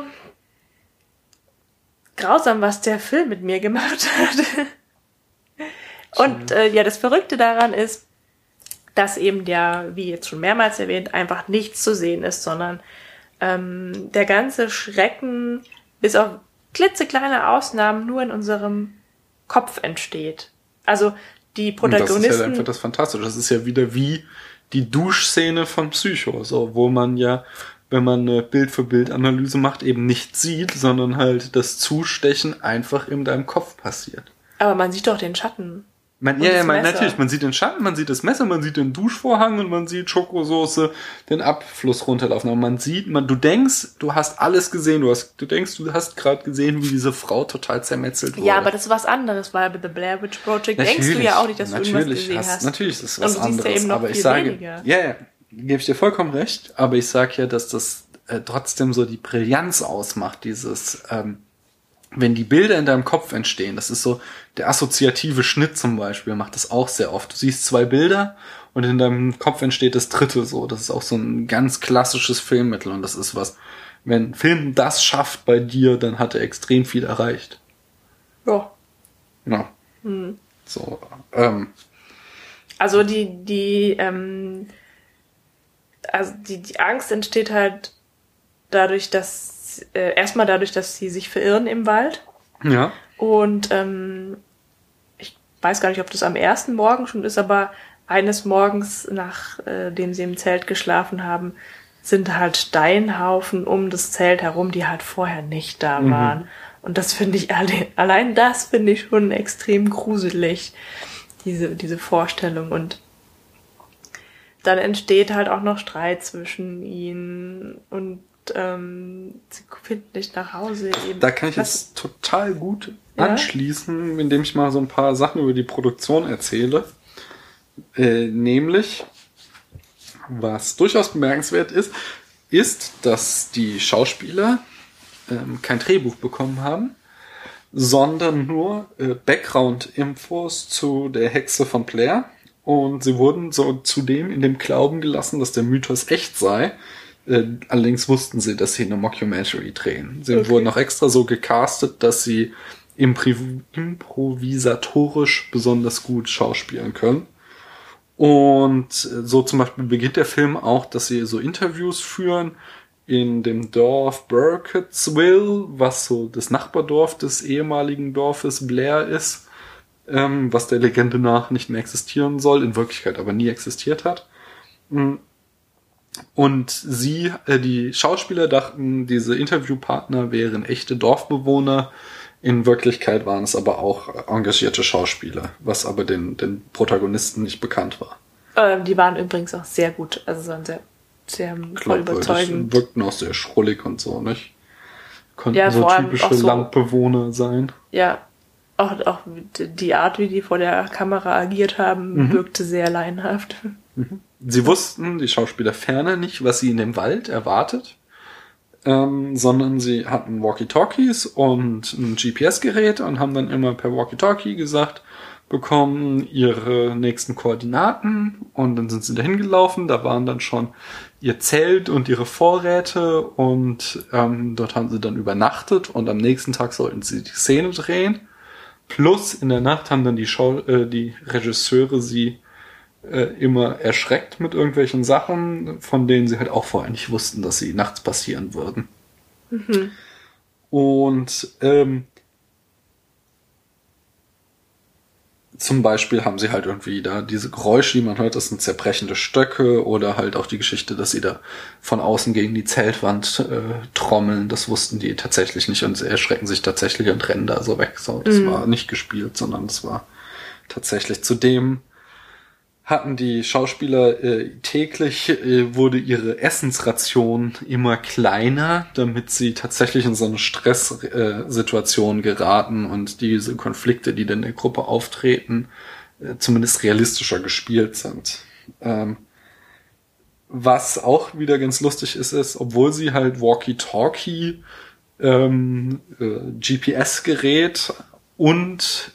grausam, was der Film mit mir gemacht hat. Und das Verrückte daran ist, dass eben wie jetzt schon mehrmals erwähnt, einfach nichts zu sehen ist, sondern der ganze Schrecken bis auf klitzekleine Ausnahmen nur in unserem Kopf entsteht. Also die Protagonisten... Das ist ja einfach das Fantastische. Das ist ja wieder wie die Duschszene von Psycho, so, wo man ja, wenn man eine Bild-für-Bild-Analyse macht, eben nicht sieht, sondern halt das Zustechen einfach in deinem Kopf passiert. Aber man sieht doch den Schatten. Natürlich, man sieht den Schatten, man sieht das Messer, man sieht den Duschvorhang und man sieht Schokosoße den Abfluss runterlaufen. Aber du denkst, du hast alles gesehen, du hast gerade gesehen, wie diese Frau total zermetzelt wurde. Ja, aber das ist was anderes, weil bei The Blair Witch Project denkst du ja auch nicht, dass du irgendwas gesehen hast. Natürlich ist das was anderes, ja eben noch aber ich viel sage, weniger. ja, gebe ich dir vollkommen recht, aber ich sage ja, dass das trotzdem so die Brillanz ausmacht, dieses wenn die Bilder in deinem Kopf entstehen, das ist so, der assoziative Schnitt zum Beispiel macht das auch sehr oft. Du siehst 2 Bilder und in deinem Kopf entsteht das dritte so. Das ist auch so ein ganz klassisches Filmmittel und das ist was, wenn ein Film das schafft bei dir, dann hat er extrem viel erreicht. Ja. Ja. So, Also die Angst entsteht halt dadurch, dass sie sich verirren im Wald. Ja. Und ich weiß gar nicht, ob das am ersten Morgen schon ist, aber eines Morgens, nachdem sie im Zelt geschlafen haben, sind halt Steinhaufen um das Zelt herum, die halt vorher nicht da waren. Und das finde ich, allein das finde ich schon extrem gruselig, diese Vorstellung. Und dann entsteht halt auch noch Streit zwischen ihnen und sie finden nicht nach Hause. Eben. Da kann ich jetzt total gut anschließen, indem ich mal so ein paar Sachen über die Produktion erzähle. Nämlich, was durchaus bemerkenswert ist, dass die Schauspieler kein Drehbuch bekommen haben, sondern nur Background-Infos zu der Hexe von Blair. Und sie wurden so zudem in dem Glauben gelassen, dass der Mythos echt sei. Allerdings wussten sie, dass sie eine Mockumentary drehen. Sie wurden auch extra so gecastet, dass sie improvisatorisch besonders gut schauspielen können. Und so zum Beispiel beginnt der Film auch, dass sie so Interviews führen in dem Dorf Burkittsville, was so das Nachbardorf des ehemaligen Dorfes Blair ist, was der Legende nach nicht mehr existieren soll, in Wirklichkeit aber nie existiert hat. Und die Schauspieler dachten, diese Interviewpartner wären echte Dorfbewohner. In Wirklichkeit waren es aber auch engagierte Schauspieler, was aber den Protagonisten nicht bekannt war. Die waren übrigens auch sehr gut, also waren sehr voll überzeugend. Wirkten auch sehr schrullig und so, nicht? konnten so typische so Landbewohner sein. Ja, auch die Art, wie die vor der Kamera agiert haben, wirkte sehr laienhaft. Sie wussten, die Schauspieler ferner nicht, was sie in dem Wald erwartet, sondern sie hatten Walkie-Talkies und ein GPS-Gerät und haben dann immer per Walkie-Talkie gesagt, bekommen ihre nächsten Koordinaten und dann sind sie dahin gelaufen, da waren dann schon ihr Zelt und ihre Vorräte und dort haben sie dann übernachtet und am nächsten Tag sollten sie die Szene drehen. Plus in der Nacht haben dann die Regisseure sie immer erschreckt mit irgendwelchen Sachen, von denen sie halt auch vorher nicht wussten, dass sie nachts passieren würden. Und zum Beispiel haben sie halt irgendwie da diese Geräusche, die man hört, das sind zerbrechende Stöcke oder halt auch die Geschichte, dass sie da von außen gegen die Zeltwand trommeln. Das wussten die tatsächlich nicht und sie erschrecken sich tatsächlich und rennen da so weg. So, das war nicht gespielt, sondern das war tatsächlich. Zudem hatten die Schauspieler täglich, wurde ihre Essensration immer kleiner, damit sie tatsächlich in so eine Stresssituation geraten und diese Konflikte, die dann in der Gruppe auftreten, zumindest realistischer gespielt sind. Was auch wieder ganz lustig ist, obwohl sie halt Walkie-Talkie, GPS-Gerät und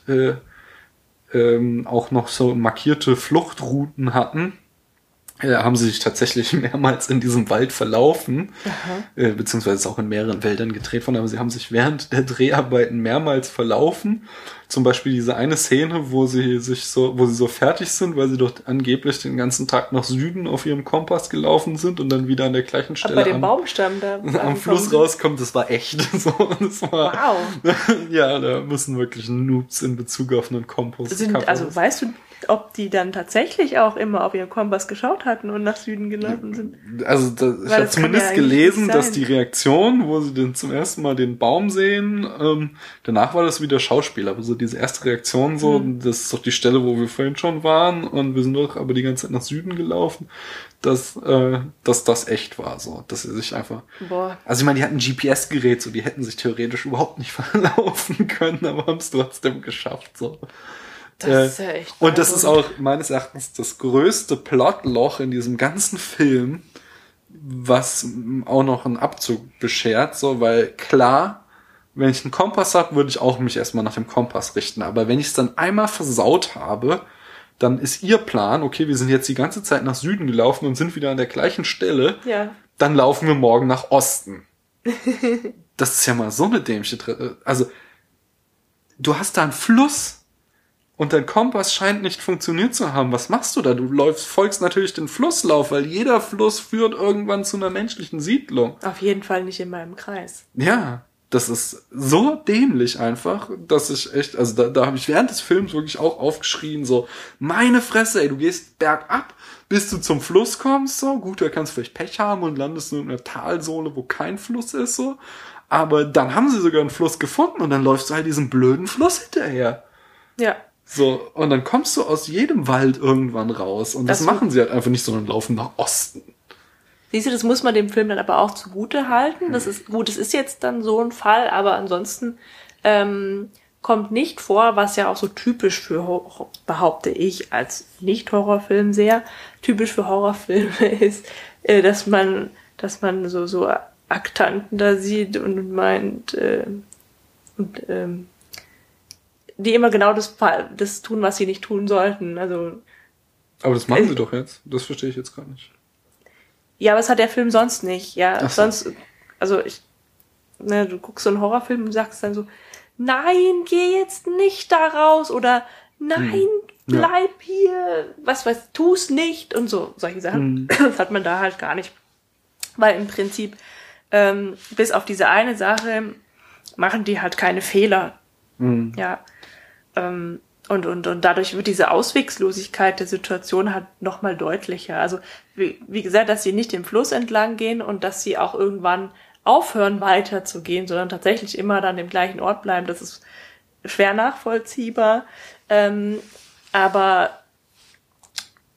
auch noch so markierte Fluchtrouten hatten, haben sie sich tatsächlich mehrmals in diesem Wald verlaufen, beziehungsweise auch in mehreren Wäldern gedreht worden, aber sie haben sich während der Dreharbeiten mehrmals verlaufen. Zum Beispiel diese eine Szene, wo sie so fertig sind, weil sie dort angeblich den ganzen Tag nach Süden auf ihrem Kompass gelaufen sind und dann wieder an der gleichen Stelle bei dem Baumstamm da am Fluss rauskommt. Das war echt. Das war, wow. Ja, da müssen wirklich Noobs in Bezug auf einen Kompass. Also weißt du, ob die dann tatsächlich auch immer auf ihren Kompass geschaut hatten und nach Süden gelaufen sind? Also ich habe zumindest gelesen, dass die Reaktion, wo sie dann zum ersten Mal den Baum sehen, danach war das wieder Schauspiel, aber so diese erste Reaktion so, das ist doch die Stelle, wo wir vorhin schon waren und wir sind doch aber die ganze Zeit nach Süden gelaufen, dass das echt war, so, dass sie sich einfach... Boah. Also ich meine, die hatten ein GPS-Gerät, so, die hätten sich theoretisch überhaupt nicht verlaufen können, aber haben es trotzdem geschafft, so. Das ist ja echt und das ist auch meines Erachtens das größte Plotloch in diesem ganzen Film, was auch noch einen Abzug beschert, so, weil klar, wenn ich einen Kompass habe, würde ich auch mich erstmal nach dem Kompass richten, aber wenn ich es dann einmal versaut habe, dann ist ihr Plan, okay, wir sind jetzt die ganze Zeit nach Süden gelaufen und sind wieder an der gleichen Stelle, dann laufen wir morgen nach Osten. Das ist ja mal so eine dämliche, also du hast da einen Fluss, und dein Kompass scheint nicht funktioniert zu haben. Was machst du da? Du folgst natürlich den Flusslauf, weil jeder Fluss führt irgendwann zu einer menschlichen Siedlung. Auf jeden Fall nicht in meinem Kreis. Ja, das ist so dämlich einfach, dass ich echt, also da habe ich während des Films wirklich auch aufgeschrien, so, meine Fresse, ey, du gehst bergab, bis du zum Fluss kommst, so, gut, da kannst du vielleicht Pech haben und landest in einer Talsohle, wo kein Fluss ist, so, aber dann haben sie sogar einen Fluss gefunden und dann läufst du halt diesem blöden Fluss hinterher. Ja. So, und dann kommst du aus jedem Wald irgendwann raus. Und das machen sie halt einfach nicht, sondern laufen nach Osten. Siehst du, das muss man dem Film dann aber auch zugute halten. Das ist gut, es ist jetzt dann so ein Fall, aber ansonsten kommt nicht vor, was ja auch so typisch für, behaupte ich, als Nicht-Horrorfilm sehr, typisch für Horrorfilme ist, dass man so Aktanten da sieht und meint, die immer genau das tun, was sie nicht tun sollten. Also, aber das machen sie doch jetzt. Das verstehe ich jetzt gar nicht. Ja, aber das hat der Film sonst nicht. Ja, ach so. Sonst, also du guckst so einen Horrorfilm und sagst dann so, nein, geh jetzt nicht da raus oder nein, bleib hier, tu's nicht und so, solche Sachen. Das hat man da halt gar nicht. Weil im Prinzip, bis auf diese eine Sache, machen die halt keine Fehler. Ja. Und dadurch wird diese Auswegslosigkeit der Situation halt nochmal deutlicher. Also, wie gesagt, dass sie nicht den Fluss entlang gehen und dass sie auch irgendwann aufhören weiter zu gehen, sondern tatsächlich immer dann im gleichen Ort bleiben, das ist schwer nachvollziehbar. Aber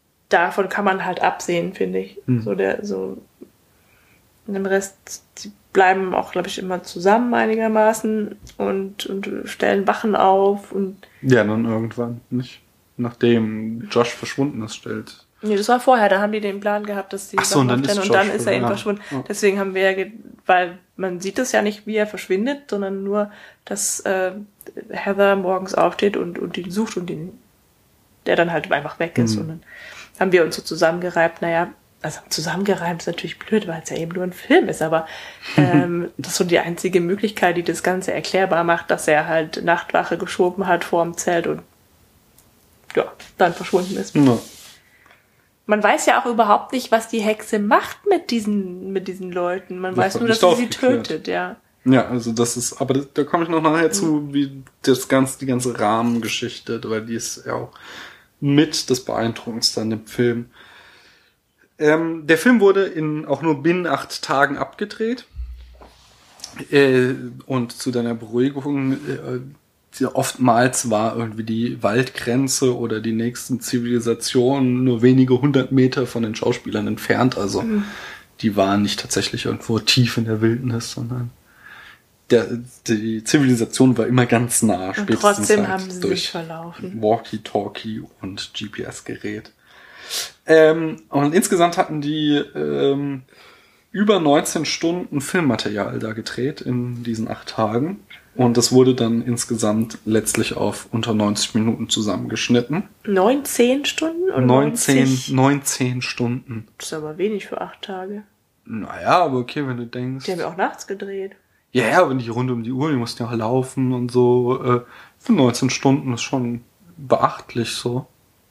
davon kann man halt absehen, finde ich. So in dem Rest, bleiben auch, glaube ich, immer zusammen einigermaßen und stellen Wachen auf und... Ja, dann irgendwann, nicht? Nachdem Josh verschwunden ist, stellt... Nee, das war vorher, da haben die den Plan gehabt, dass die Wachen aufstellen und dann ist er eben verschwunden. Ja. Deswegen haben wir ja, weil man sieht es ja nicht, wie er verschwindet, sondern nur, dass Heather morgens aufsteht und ihn sucht und der dann halt einfach weg ist. Und dann haben wir uns so zusammengereibt, also zusammengereimt ist natürlich blöd, weil es ja eben nur ein Film ist, aber das ist so die einzige Möglichkeit, die das Ganze erklärbar macht, dass er halt Nachtwache geschoben hat vorm Zelt und ja, dann verschwunden ist. Ja. Man weiß ja auch überhaupt nicht, was die Hexe macht mit diesen Leuten. Man weiß nur, dass sie tötet, ja. Ja, also das ist, aber da komme ich noch nachher zu, wie die ganze Rahmengeschichte, weil die ist ja auch mit das Beeindruckendste an dem Film. Der Film wurde auch nur binnen 8 Tagen abgedreht. Und zu deiner Beruhigung, oftmals war irgendwie die Waldgrenze oder die nächsten Zivilisationen nur wenige 100 Meter von den Schauspielern entfernt. Also die waren nicht tatsächlich irgendwo tief in der Wildnis, sondern die Zivilisation war immer ganz nah. Und trotzdem haben sie sich verlaufen. Walkie-Talkie und GPS-Gerät. Und insgesamt hatten die über 19 Stunden Filmmaterial da gedreht in diesen 8 Tagen. Und das wurde dann insgesamt letztlich auf unter 90 Minuten zusammengeschnitten. 19 Stunden? Oder 19 Stunden. Das ist aber wenig für 8 Tage. Naja, aber okay, wenn du denkst... Die haben ja auch nachts gedreht. Ja, aber nicht rund um die Uhr, die mussten ja auch laufen und so. Für 19 Stunden ist schon beachtlich so.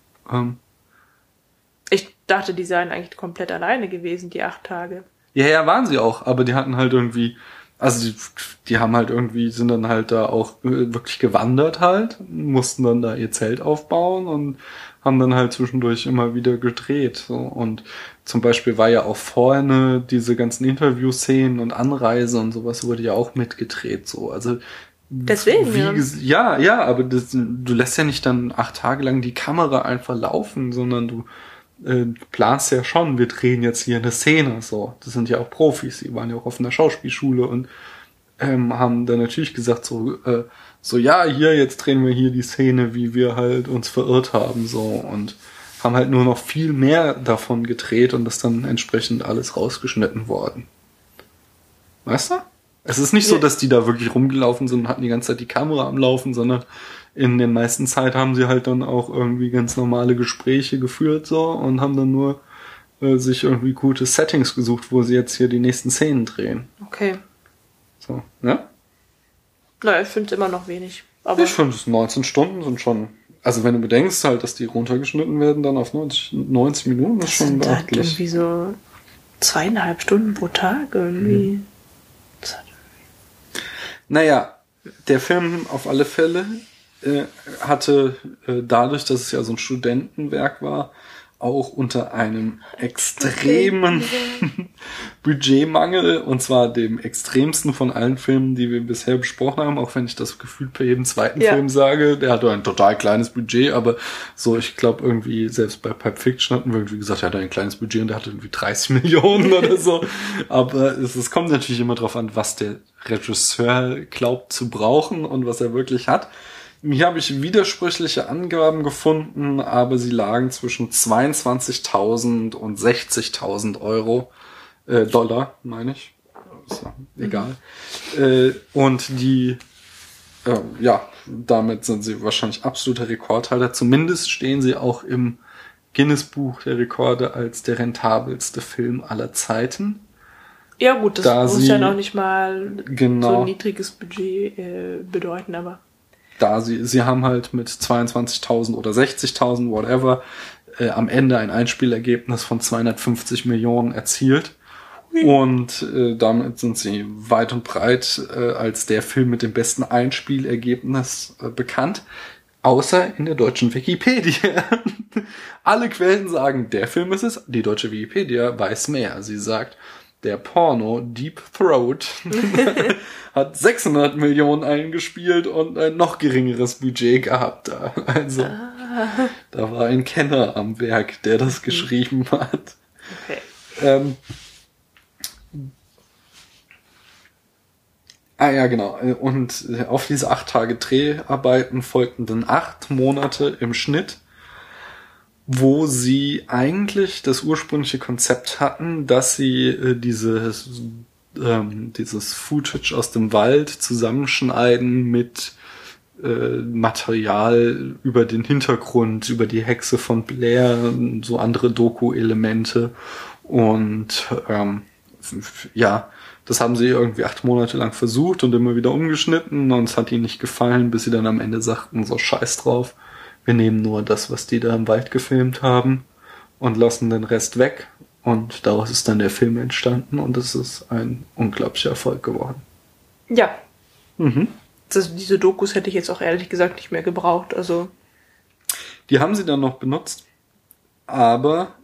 Ich dachte, die seien eigentlich komplett alleine gewesen, die 8 Tage. Ja, waren sie auch, aber die hatten halt irgendwie... Also die haben halt irgendwie, sind dann halt da auch wirklich gewandert halt, mussten dann da ihr Zelt aufbauen und haben dann halt zwischendurch immer wieder gedreht. So. Und zum Beispiel war ja auch vorne diese ganzen Interview-Szenen und Anreise und sowas wurde ja auch mitgedreht. So. Also deswegen, ja, aber du lässt ja nicht dann 8 Tage lang die Kamera einfach laufen, sondern du planst ja schon, wir drehen jetzt hier eine Szene, so. Das sind ja auch Profis, die waren ja auch auf einer Schauspielschule und haben dann natürlich gesagt, ja, jetzt drehen wir hier die Szene, wie wir halt uns verirrt haben, so, und haben halt nur noch viel mehr davon gedreht und das dann entsprechend alles rausgeschnitten worden. Weißt du? Es ist nicht so, dass die da wirklich rumgelaufen sind und hatten die ganze Zeit die Kamera am Laufen, sondern in der meisten Zeit haben sie halt dann auch irgendwie ganz normale Gespräche geführt so und haben dann nur sich irgendwie gute Settings gesucht, wo sie jetzt hier die nächsten Szenen drehen. Okay. So, ja? Naja, ich finde es immer noch wenig. Aber ich finde, 19 Stunden sind schon... Also wenn du bedenkst halt, dass die runtergeschnitten werden, dann auf 90 Minuten, ist schon beachtlich. Halt irgendwie so 2,5 Stunden pro Tag irgendwie. Naja, der Film auf alle Fälle hatte dadurch, dass es ja so ein Studentenwerk war, auch unter einem extremen Budgetmangel, und zwar dem extremsten von allen Filmen, die wir bisher besprochen haben, auch wenn ich das gefühlt bei jedem zweiten Film sage. Der hatte ein total kleines Budget, aber so, ich glaube irgendwie, selbst bei Pulp Fiction hatten wir irgendwie gesagt, er hatte ein kleines Budget und der hatte irgendwie 30 Millionen oder so. Aber es kommt natürlich immer drauf an, was der Regisseur glaubt zu brauchen und was er wirklich hat. Hier habe ich widersprüchliche Angaben gefunden, aber sie lagen zwischen 22.000 und 60.000 Euro, Dollar, meine ich. Ist ja egal. Und die, damit sind sie wahrscheinlich absoluter Rekordhalter. Zumindest stehen sie auch im Guinness-Buch der Rekorde als der rentabelste Film aller Zeiten. Ja gut, das muss ja noch nicht mal so ein niedriges Budget bedeuten, aber... Sie haben halt mit 22.000 oder 60.000, whatever, am Ende ein Einspielergebnis von 250 Millionen erzielt. Und damit sind sie weit und breit als der Film mit dem besten Einspielergebnis bekannt. Außer in der deutschen Wikipedia. Alle Quellen sagen, der Film ist es. Die deutsche Wikipedia weiß mehr. Sie sagt, der Porno Deep Throat hat 600 Millionen eingespielt und ein noch geringeres Budget gehabt. Also, da war ein Kenner am Werk, der das geschrieben hat. Okay. Ja, genau. Und auf diese 8 Tage Dreharbeiten folgten dann 8 Monate im Schnitt, wo sie eigentlich das ursprüngliche Konzept hatten, dass sie dieses Footage aus dem Wald zusammenschneiden mit Material über den Hintergrund, über die Hexe von Blair, so andere Doku-Elemente. Und das haben sie irgendwie 8 Monate lang versucht und immer wieder umgeschnitten und es hat ihnen nicht gefallen, bis sie dann am Ende sagten, so scheiß drauf, wir nehmen nur das, was die da im Wald gefilmt haben und lassen den Rest weg. Und daraus ist dann der Film entstanden und es ist ein unglaublicher Erfolg geworden. Ja. Diese Dokus hätte ich jetzt auch ehrlich gesagt nicht mehr gebraucht. Also die haben sie dann noch benutzt, aber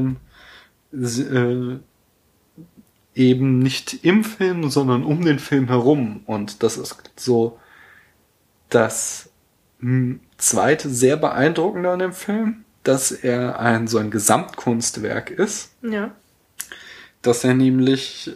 eben nicht im Film, sondern um den Film herum. Und das ist so das zweite sehr beeindruckende an dem Film, dass er so ein Gesamtkunstwerk ist. Ja. Dass er nämlich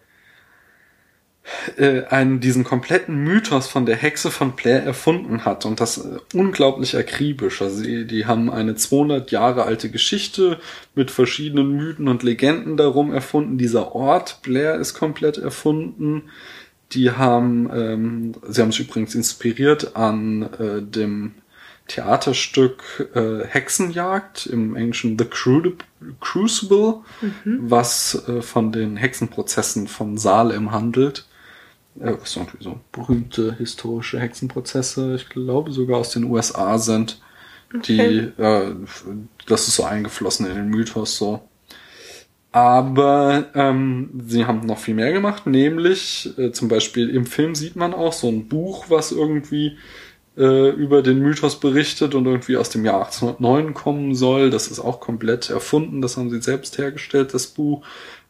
diesen kompletten Mythos von der Hexe von Blair erfunden hat und das unglaublich akribisch. Also die haben eine 200 Jahre alte Geschichte mit verschiedenen Mythen und Legenden darum erfunden. Dieser Ort Blair ist komplett erfunden. Sie haben sich übrigens inspiriert an dem Theaterstück Hexenjagd, im Englischen The Crucible, was von den Hexenprozessen von Salem handelt. Was irgendwie so berühmte historische Hexenprozesse, ich glaube sogar aus den USA sind, die, das ist so eingeflossen in den Mythos so. Aber sie haben noch viel mehr gemacht, nämlich zum Beispiel im Film sieht man auch so ein Buch, was irgendwie über den Mythos berichtet und irgendwie aus dem Jahr 1809 kommen soll. Das ist auch komplett erfunden, das haben sie selbst hergestellt, das Buch.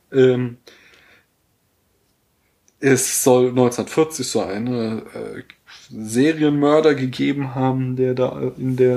Es soll 1940 so eine Serienmörder gegeben haben, der da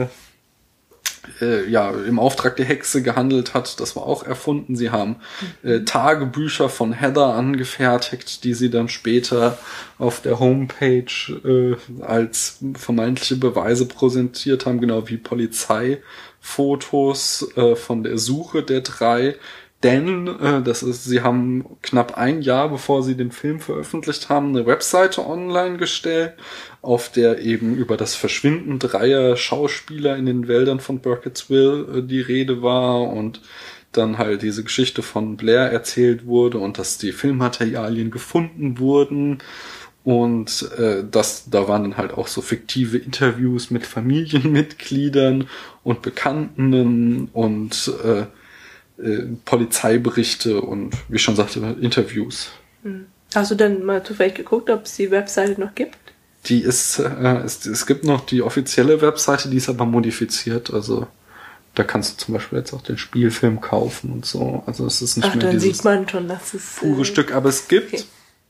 im Auftrag der Hexe gehandelt hat. Das war auch erfunden. Sie haben Tagebücher von Heather angefertigt, die sie dann später auf der Homepage als vermeintliche Beweise präsentiert haben, genau wie Polizeifotos von der Suche der 3. Denn sie haben knapp ein Jahr, bevor sie den Film veröffentlicht haben, eine Webseite online gestellt, auf der eben über das Verschwinden 3 Schauspieler in den Wäldern von Burkittsville die Rede war und dann halt diese Geschichte von Blair erzählt wurde und dass die Filmmaterialien gefunden wurden und da waren dann halt auch so fiktive Interviews mit Familienmitgliedern und Bekannten und Polizeiberichte und, wie ich schon sagte, Interviews. Hast du denn mal zufällig geguckt, ob es die Webseite noch gibt? Die ist, es gibt noch die offizielle Webseite, die ist aber modifiziert, also da kannst du zum Beispiel jetzt auch den Spielfilm kaufen und so, also es ist nicht mehr dann dieses sieht man schon, dass es pure Stück, aber es gibt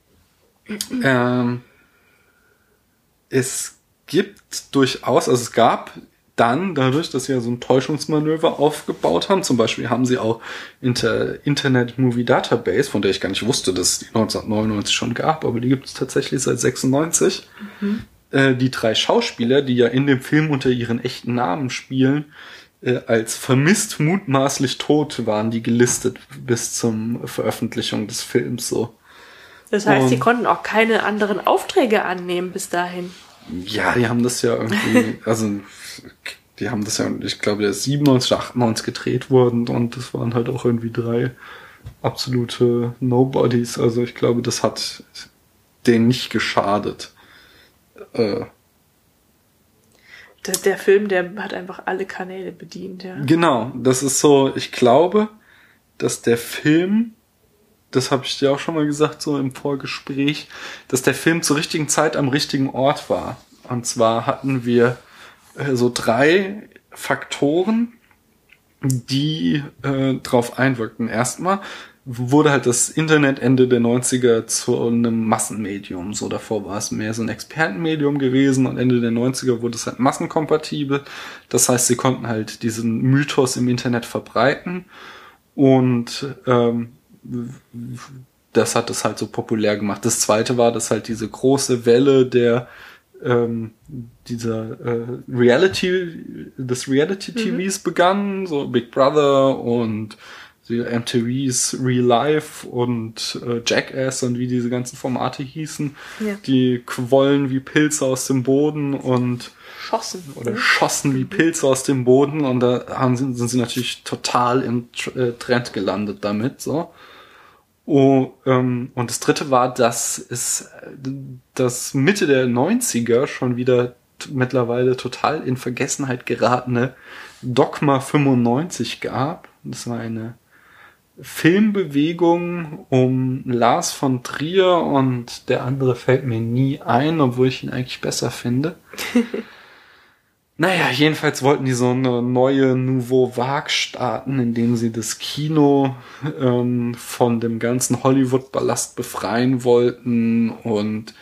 es gibt durchaus, also es gab dann, dadurch, dass sie ja so ein Täuschungsmanöver aufgebaut haben, zum Beispiel haben sie auch Internet Movie Database, von der ich gar nicht wusste, dass es die 1999 schon gab, aber die gibt es tatsächlich seit 96. Die 3 Schauspieler, die ja in dem Film unter ihren echten Namen spielen, als vermisst mutmaßlich tot waren die gelistet bis zum Veröffentlichung des Films so. Das heißt, sie konnten auch keine anderen Aufträge annehmen bis dahin. Ja, die haben das ja irgendwie, ich glaube, der ist 97 oder 98 gedreht worden und das waren halt auch irgendwie 3 absolute Nobodies. Also ich glaube, das hat denen nicht geschadet. Der Film, der hat einfach alle Kanäle bedient, ja. Genau, das ist so, ich glaube, dass der Film, das habe ich dir auch schon mal gesagt, so im Vorgespräch, dass der Film zur richtigen Zeit am richtigen Ort war. Und zwar hatten wir so 3 Faktoren, die drauf einwirkten. Erstmal wurde halt das Internet Ende der 90er zu einem Massenmedium. So davor war es mehr so ein Expertenmedium gewesen und Ende der 90er wurde es halt massenkompatibel. Das heißt, sie konnten halt diesen Mythos im Internet verbreiten und das hat es halt so populär gemacht. Das zweite war, dass halt diese große Welle dieser Reality-TVs begann, so Big Brother und die MTV's Real Life und Jackass und wie diese ganzen Formate hießen, die quollen wie Pilze aus dem Boden und schossen wie Pilze aus dem Boden, und da sind sie natürlich total im Trend gelandet damit, so. Und das dritte war, dass es das Mitte der 90er schon wieder mittlerweile total in Vergessenheit geratene Dogma 95 gab. Das war eine Filmbewegung um Lars von Trier, und der andere fällt mir nie ein, obwohl ich ihn eigentlich besser finde. Naja, jedenfalls wollten die so eine neue Nouveau Vague starten, indem sie das Kino von dem ganzen Hollywood-Ballast befreien wollten und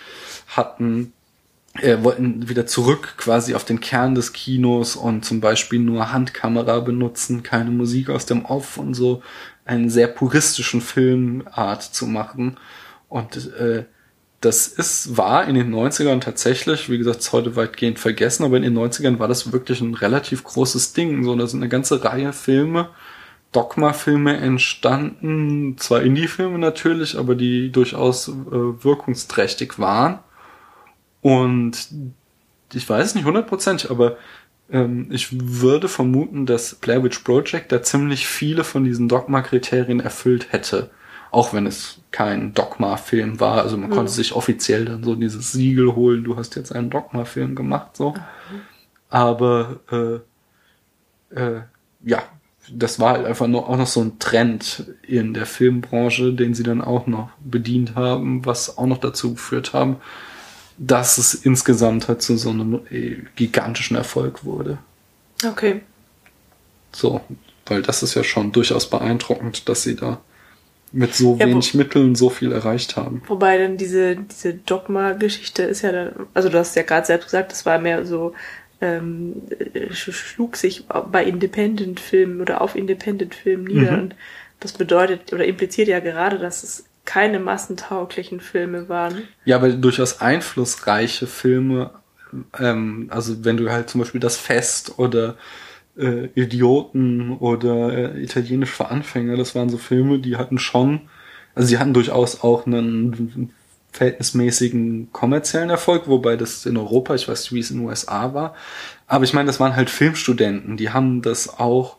wollten wieder zurück quasi auf den Kern des Kinos und zum Beispiel nur Handkamera benutzen, keine Musik aus dem Off und so einen sehr puristischen Filmart zu machen. Und das war in den 90ern tatsächlich, wie gesagt, ist heute weitgehend vergessen, aber in den 90ern war das wirklich ein relativ großes Ding. So, da sind eine ganze Reihe Filme, Dogma-Filme entstanden, zwar Indie-Filme natürlich, aber die durchaus wirkungsträchtig waren. Und ich weiß nicht 100%, aber ich würde vermuten, dass Blair Witch Project da ziemlich viele von diesen Dogma-Kriterien erfüllt hätte. Auch wenn es kein Dogma-Film war. Also man konnte sich offiziell dann so dieses Siegel holen, du hast jetzt einen Dogma-Film gemacht, so. Aber ja, das war halt einfach auch noch so ein Trend in der Filmbranche, den sie dann auch noch bedient haben, was auch noch dazu geführt haben, dass es insgesamt halt zu so einem gigantischen Erfolg wurde. Okay. So, weil das ist ja schon durchaus beeindruckend, dass sie da mit so wenig Mitteln so viel erreicht haben. Wobei dann diese Dogma-Geschichte ist ja dann, also du hast ja gerade selbst gesagt, das war mehr so, schlug sich bei Independent-Filmen oder auf Independent-Filmen nieder. Und das bedeutet oder impliziert ja gerade, dass es keine massentauglichen Filme waren. Ja, aber durchaus einflussreiche Filme, also wenn du halt zum Beispiel Das Fest oder Idioten oder Italienisch für Anfänger, das waren so Filme, die hatten schon, also sie hatten durchaus auch einen verhältnismäßigen kommerziellen Erfolg, wobei das in Europa, ich weiß nicht, wie es in den USA war, aber ich meine, das waren halt Filmstudenten, die haben das auch,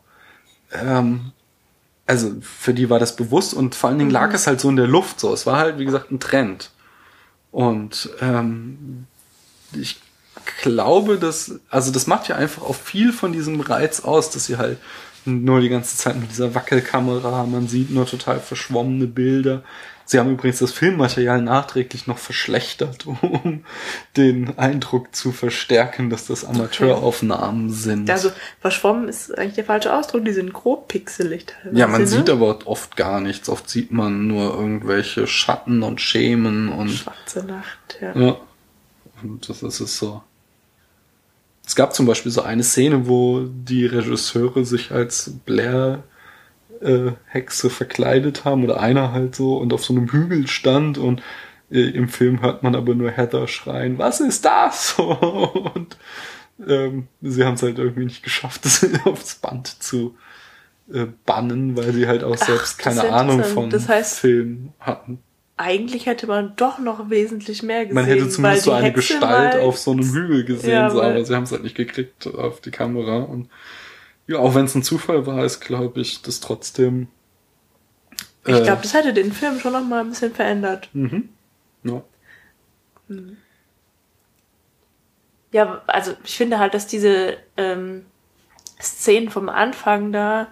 also für die war das bewusst, und vor allen Dingen lag es halt so in der Luft, so, es war halt, wie gesagt, ein Trend. Und ich glaube, das macht ja einfach auch viel von diesem Reiz aus, dass sie halt nur die ganze Zeit mit dieser Wackelkamera, man sieht nur total verschwommene Bilder. Sie haben übrigens das Filmmaterial nachträglich noch verschlechtert, um den Eindruck zu verstärken, dass das Amateuraufnahmen sind. Also verschwommen ist eigentlich der falsche Ausdruck, die sind grob pixelig teilweise. Ja, man sieht aber oft gar nichts. Oft sieht man nur irgendwelche Schatten und Schemen und schwarze Nacht, ja. Ja, und das ist es so. Es gab zum Beispiel so eine Szene, wo die Regisseure sich als Blair Hexe verkleidet haben, oder einer halt so, und auf so einem Hügel stand, und im Film hört man aber nur Heather schreien, was ist das? Und sie haben es halt irgendwie nicht geschafft, das aufs Band zu bannen, weil sie halt auch selbst keine Ahnung von Film hatten. Eigentlich hätte man doch noch wesentlich mehr gesehen. Man hätte zumindest so eine Gestalt auf so einem Hügel gesehen, ja, so, aber sie haben es halt nicht gekriegt auf die Kamera. Und ja, auch wenn es ein Zufall war, ist, glaube ich, das trotzdem... ich glaube, das hätte den Film schon noch mal ein bisschen verändert. Ja. Ja, also ich finde halt, dass diese Szenen vom Anfang da,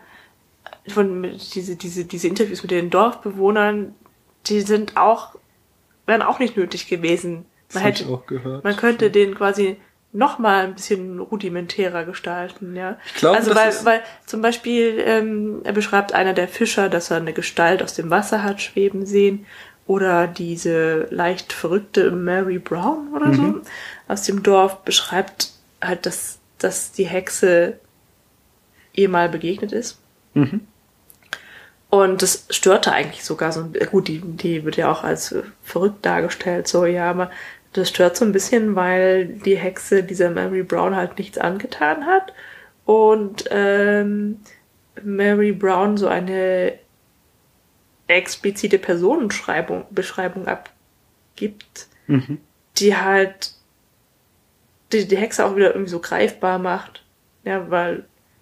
diese Interviews mit den Dorfbewohnern, die wären auch nicht nötig gewesen. Man könnte den quasi noch mal ein bisschen rudimentärer gestalten, ja. Ich glaube, also weil zum Beispiel er beschreibt einer der Fischer, dass er eine Gestalt aus dem Wasser hat schweben sehen, oder diese leicht verrückte Mary Brown oder so aus dem Dorf beschreibt halt, dass die Hexe ihr mal begegnet ist. Und das störte eigentlich sogar so, gut, die wird ja auch als verrückt dargestellt, so, ja, aber das stört so ein bisschen, weil die Hexe dieser Mary Brown halt nichts angetan hat und Mary Brown so eine explizite Beschreibung abgibt, die halt die Hexe auch wieder irgendwie so greifbar macht. Ja, weil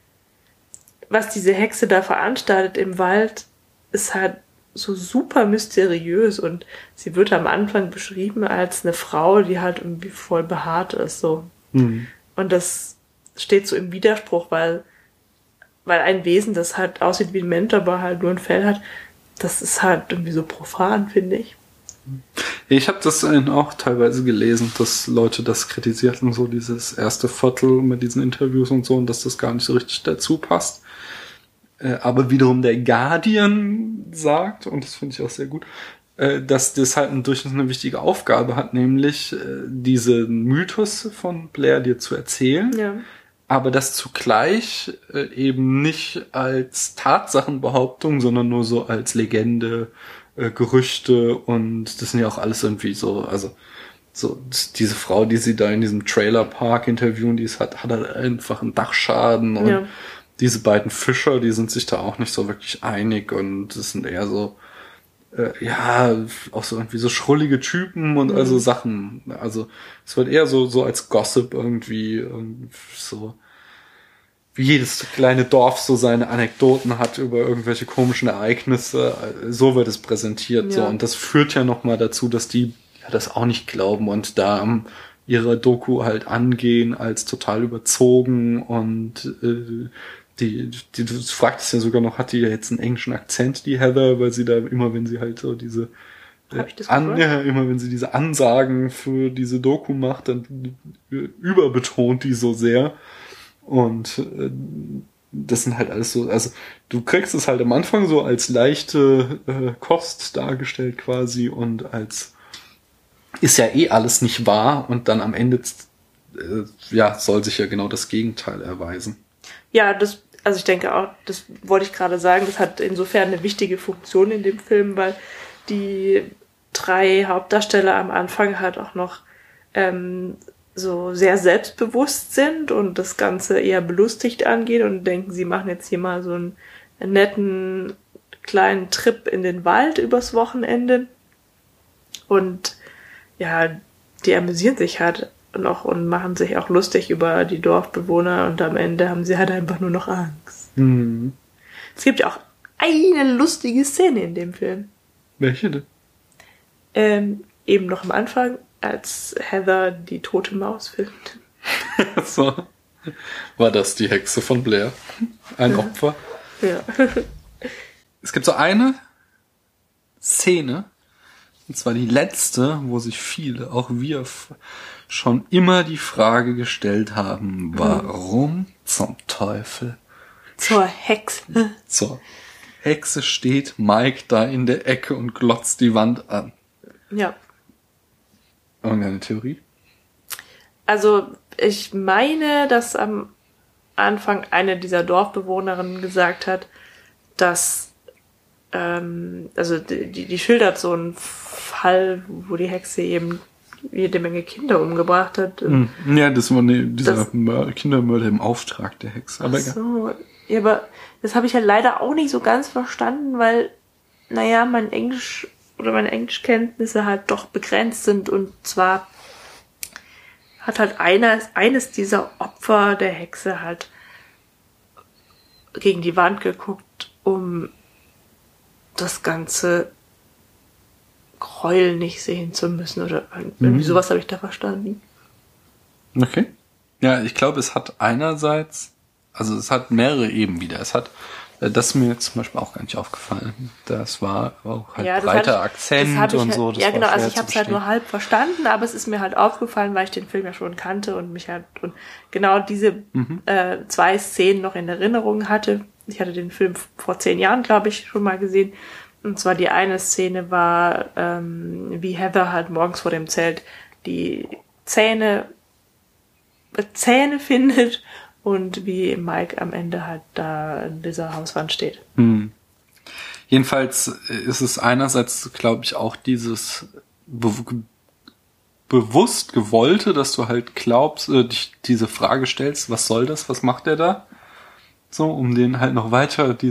was diese Hexe da veranstaltet im Wald, ist halt so super mysteriös und sie wird am Anfang beschrieben als eine Frau, die halt irgendwie voll behaart ist, so. Und das steht so im Widerspruch, weil ein Wesen, das halt aussieht wie ein Mensch, aber halt nur ein Fell hat, das ist halt irgendwie so profan, finde ich. Ich habe das auch teilweise gelesen, dass Leute das kritisierten, so dieses erste Viertel mit diesen Interviews und so, und dass das gar nicht so richtig dazu passt. Aber wiederum der Guardian sagt, und das finde ich auch sehr gut, dass das halt durchaus eine wichtige Aufgabe hat, nämlich diesen Mythos von Blair dir zu erzählen, ja. Aber das zugleich eben nicht als Tatsachenbehauptung, sondern nur so als Legende, Gerüchte, und das sind ja auch alles irgendwie so, also so diese Frau, die sie da in diesem Trailerpark interviewen, hat halt einfach einen Dachschaden, und ja. Diese beiden Fischer, die sind sich da auch nicht so wirklich einig, und das sind eher so auch so irgendwie so schrullige Typen und also Sachen. Also es wird eher so als Gossip irgendwie so, wie jedes kleine Dorf so seine Anekdoten hat über irgendwelche komischen Ereignisse. So wird es präsentiert. Ja. So, und das führt ja nochmal dazu, dass die das auch nicht glauben und da ihre Doku halt angehen als total überzogen, und du fragtest ja sogar noch, hat die ja jetzt einen englischen Akzent, die Heather, weil sie da immer, wenn sie halt so diese immer wenn sie diese Ansagen für diese Doku macht, dann überbetont die so sehr. Und das sind halt alles so, also du kriegst es halt am Anfang so als leichte Kost dargestellt quasi, und als ist ja eh alles nicht wahr, und dann am Ende soll sich ja genau das Gegenteil erweisen. Ja, also ich denke auch, das wollte ich gerade sagen, das hat insofern eine wichtige Funktion in dem Film, weil die 3 Hauptdarsteller am Anfang halt auch noch so sehr selbstbewusst sind und das Ganze eher belustigt angeht und denken, sie machen jetzt hier mal so einen netten kleinen Trip in den Wald übers Wochenende. Und ja, die amüsieren sich halt noch und machen sich auch lustig über die Dorfbewohner, und am Ende haben sie halt einfach nur noch Angst. Mhm. Es gibt ja auch eine lustige Szene in dem Film. Welche denn? Eben noch am Anfang, als Heather die tote Maus filmt. So. War das die Hexe von Blair? Ein Opfer? Ja. Es gibt so eine Szene, und zwar die letzte, wo sich viele, auch wir, schon immer die Frage gestellt haben, warum zum Teufel zur Hexe steht Mike da in der Ecke und glotzt die Wand an. Ja. Irgendeine Theorie? Also ich meine, dass am Anfang eine dieser Dorfbewohnerinnen gesagt hat, dass also die schildert so einen Fall, wo die Hexe eben jede Menge Kinder umgebracht hat. Ja, das war dieser Kindermörder im Auftrag der Hexe. Aber so, ja, aber das habe ich ja leider auch nicht so ganz verstanden, weil, naja, meine Englischkenntnisse halt doch begrenzt sind, und zwar hat halt eines dieser Opfer der Hexe halt gegen die Wand geguckt, um das ganze Gräuel nicht sehen zu müssen, oder irgendwie sowas habe ich da verstanden. Okay. Ja, ich glaube, es hat einerseits, also es hat mehrere Ebenen wieder. Es hat, das ist mir zum Beispiel auch gar nicht aufgefallen. Das war auch halt breiter Akzent und so. Ja, genau, also ich habe es halt nur halb verstanden, aber es ist mir halt aufgefallen, weil ich den Film ja schon kannte und mich halt und genau diese 2 Szenen noch in Erinnerung hatte. Ich hatte den Film vor 10 Jahren, glaube ich, schon mal gesehen. Und zwar die eine Szene war, wie Heather halt morgens vor dem Zelt die Zähne findet und wie Mike am Ende halt da in dieser Hauswand steht. Jedenfalls ist es einerseits, glaube ich, auch dieses bewusst gewollte, dass du halt glaubst, dich diese Frage stellst, was soll das, was macht der da? So, um den halt noch weiter dich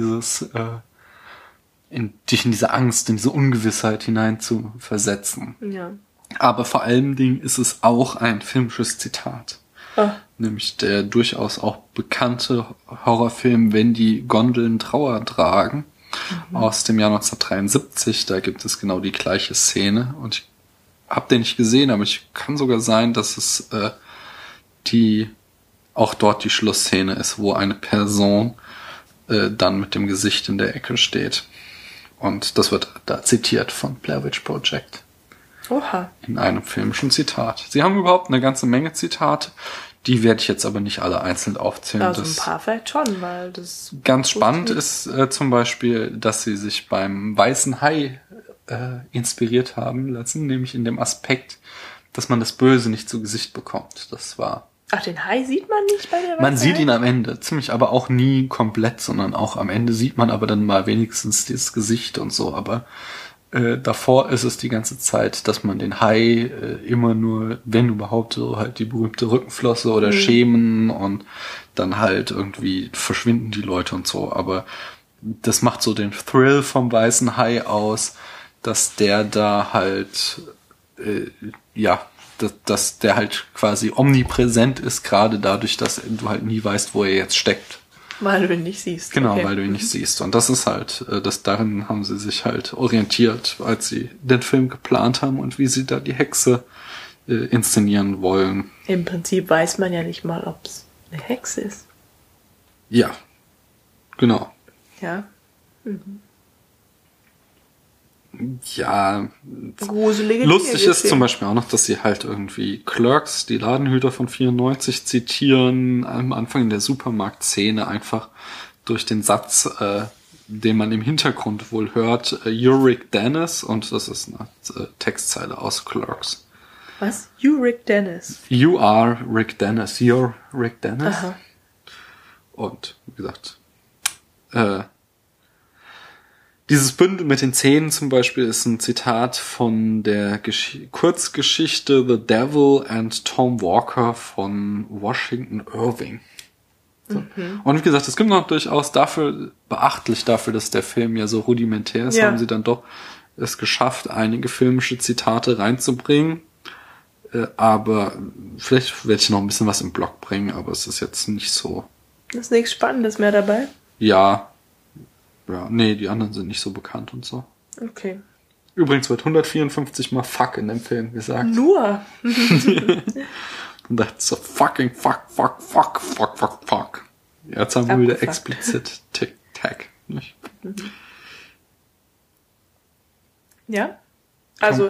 in diese Angst, in diese Ungewissheit hinein zu versetzen. Ja. Aber vor allen Dingen ist es auch ein filmisches Zitat. Oh. Nämlich der durchaus auch bekannte Horrorfilm Wenn die Gondeln Trauer tragen aus dem Jahr 1973. Da gibt es genau die gleiche Szene und ich habe den nicht gesehen, aber ich kann sogar sein, dass es auch dort die Schlussszene ist, wo eine Person dann mit dem Gesicht in der Ecke steht. Und das wird da zitiert von Blair Witch Project. Oha. In einem filmischen Zitat. Sie haben überhaupt eine ganze Menge Zitate. Die werde ich jetzt aber nicht alle einzeln aufzählen. Also ein paar vielleicht schon, weil das... Ganz spannend ist zum Beispiel, dass sie sich beim Weißen Hai inspiriert haben lassen, nämlich in dem Aspekt, dass man das Böse nicht zu Gesicht bekommt. Das war... Ach, den Hai sieht man nicht bei der Weißen Man sieht ihn am Ende, ziemlich, aber auch nie komplett, sondern auch am Ende sieht man aber dann mal wenigstens dieses Gesicht und so, aber davor ist es die ganze Zeit, dass man den Hai immer nur, wenn überhaupt, so halt die berühmte Rückenflosse oder Schemen und dann halt irgendwie verschwinden die Leute und so. Aber das macht so den Thrill vom Weißen Hai aus, dass der da halt, dass der halt quasi omnipräsent ist, gerade dadurch, dass du halt nie weißt, wo er jetzt steckt. Weil du ihn nicht siehst. Genau, okay. Weil du ihn nicht siehst. Und das ist halt, darin haben sie sich halt orientiert, als sie den Film geplant haben und wie sie da die Hexe inszenieren wollen. Im Prinzip weiß man ja nicht mal, ob es eine Hexe ist. Ja, genau. Ja. Mhm. Ja, gruselige lustig Dinge ist zum Beispiel auch noch, dass sie halt irgendwie Clerks, die Ladenhüter von 94, zitieren am Anfang der Supermarktszene einfach durch den Satz, den man im Hintergrund wohl hört, You're Rick Dennis, und das ist eine Textzeile aus Clerks. Was? You Rick Dennis? You are Rick Dennis. You're Rick Dennis. Aha. Und wie gesagt, dieses Bündel mit den Zähnen zum Beispiel ist ein Zitat von der Kurzgeschichte The Devil and Tom Walker von Washington Irving. So. Mhm. Und wie gesagt, es gibt noch durchaus beachtlich dafür, dass der Film ja so rudimentär ist, haben sie dann doch es geschafft, einige filmische Zitate reinzubringen. Aber vielleicht werde ich noch ein bisschen was im Blog bringen, aber es ist jetzt nicht so. Ist nichts Spannendes mehr dabei? Ja, nee, die anderen sind nicht so bekannt und so. Okay. Übrigens wird 154 Mal Fuck in dem Film gesagt. Nur? Und that's a fucking fuck. Ja, jetzt haben wir wieder explizit Tic-Tac. Nicht? Ja. Also,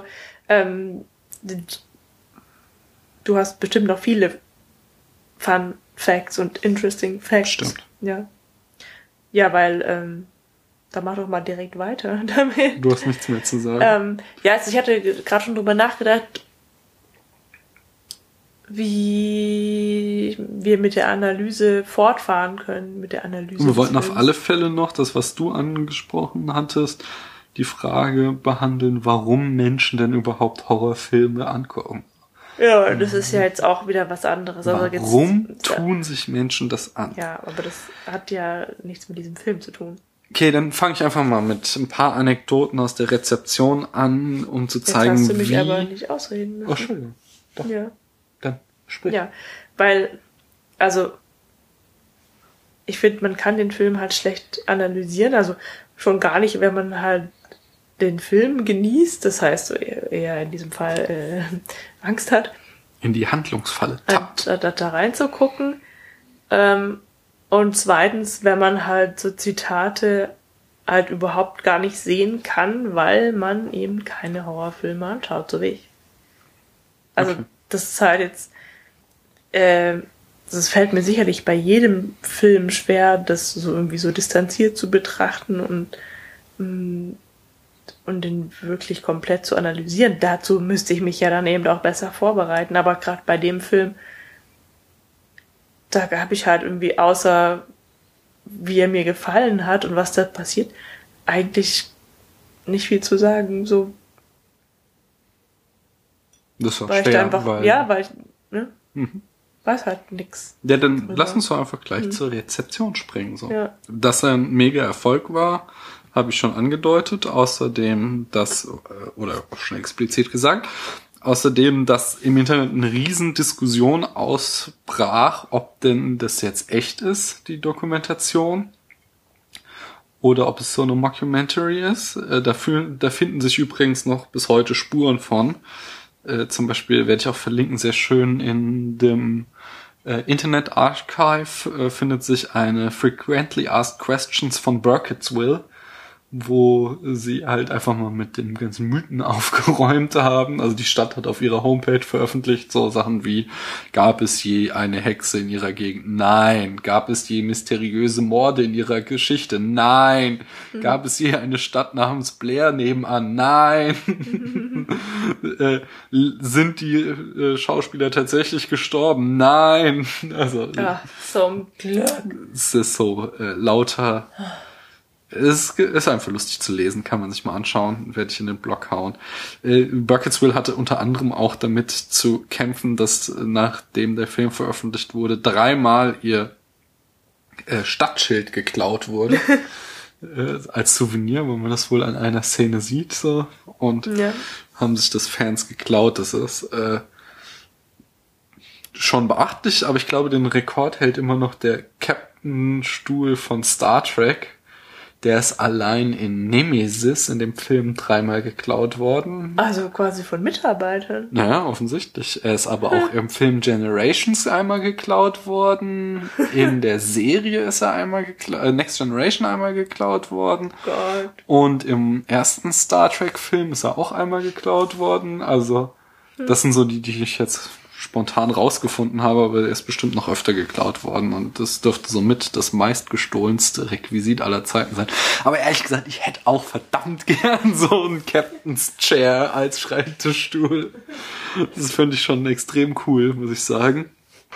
du hast bestimmt noch viele Fun Facts und Interesting Facts. Stimmt. Ja. Ja, weil, dann mach doch mal direkt weiter damit. Du hast nichts mehr zu sagen. Also ich hatte gerade schon drüber nachgedacht, wie wir mit der Analyse fortfahren können, mit der Analyse. Wir wollten auf alle Fälle noch das, was du angesprochen hattest, die Frage behandeln, warum Menschen denn überhaupt Horrorfilme angucken. Ja, das ist ja jetzt auch wieder was anderes. Warum tun sich Menschen das an? Ja, aber das hat ja nichts mit diesem Film zu tun. Okay, dann fange ich einfach mal mit ein paar Anekdoten aus der Rezeption an, um zu zeigen, wie... Jetzt hast du mich aber nicht ausreden müssen. Oh, Entschuldigung. Doch. Ja. Dann sprich. Ja, weil, also, ich finde, man kann den Film halt schlecht analysieren, also schon gar nicht, wenn man halt den Film genießt, das heißt, eher in diesem Fall Angst hat. In die Handlungsfalle tappt. Da reinzugucken. Und zweitens, wenn man halt so Zitate halt überhaupt gar nicht sehen kann, weil man eben keine Horrorfilme anschaut, so wie ich. Also okay. Das ist halt jetzt, das fällt mir sicherlich bei jedem Film schwer, das so irgendwie so distanziert zu betrachten und den wirklich komplett zu analysieren. Dazu müsste ich mich ja dann eben auch besser vorbereiten. Aber gerade bei dem Film, da habe ich halt irgendwie, außer wie er mir gefallen hat und was da passiert, eigentlich nicht viel zu sagen, so. Das war weil schwer, ich da einfach, weil ich, ne? Weiß halt nix. Ja, dann lass uns doch einfach gleich zur Rezeption springen, so. Ja. Dass er ein mega Erfolg war, habe ich schon angedeutet. Außerdem, oder auch schon explizit gesagt, außerdem, dass im Internet eine riesen Diskussion ausbrach, ob denn das jetzt echt ist, die Dokumentation, oder ob es so eine Mockumentary ist. Da finden sich übrigens noch bis heute Spuren von. Zum Beispiel werde ich auch verlinken, sehr schön in dem Internet Archive findet sich eine Frequently Asked Questions von Burkittsville, wo sie halt einfach mal mit den ganzen Mythen aufgeräumt haben. Also die Stadt hat auf ihrer Homepage veröffentlicht so Sachen wie: Gab es je eine Hexe in ihrer Gegend? Nein. Gab es je mysteriöse Morde in ihrer Geschichte? Nein. Gab es je eine Stadt namens Blair nebenan? Nein. Sind die Schauspieler tatsächlich gestorben? Nein. Also zum Glück. Es ist so lauter. Es ist einfach lustig zu lesen, kann man sich mal anschauen, werde ich in den Blog hauen. Burkittsville hatte unter anderem auch damit zu kämpfen, dass nachdem der Film veröffentlicht wurde, 3-mal ihr Stadtschild geklaut wurde. Als Souvenir, wo man das wohl an einer Szene sieht, so. Und haben sich das Fans geklaut. Das ist schon beachtlich, aber ich glaube, den Rekord hält immer noch der Captain-Stuhl von Star Trek. Der ist allein in Nemesis, in dem Film, 3-mal geklaut worden. Also quasi von Mitarbeitern. Naja, offensichtlich. Er ist aber auch im Film Generations einmal geklaut worden. In der Serie ist er einmal Next Generation einmal geklaut worden. Gott. Und im ersten Star Trek-Film ist er auch einmal geklaut worden. Also, das sind so die ich jetzt spontan rausgefunden habe, aber er ist bestimmt noch öfter geklaut worden und das dürfte somit das meistgestohlenste Requisit aller Zeiten sein. Aber ehrlich gesagt, ich hätte auch verdammt gern so einen Captain's Chair als Schreibtischstuhl. Das finde ich schon extrem cool, muss ich sagen.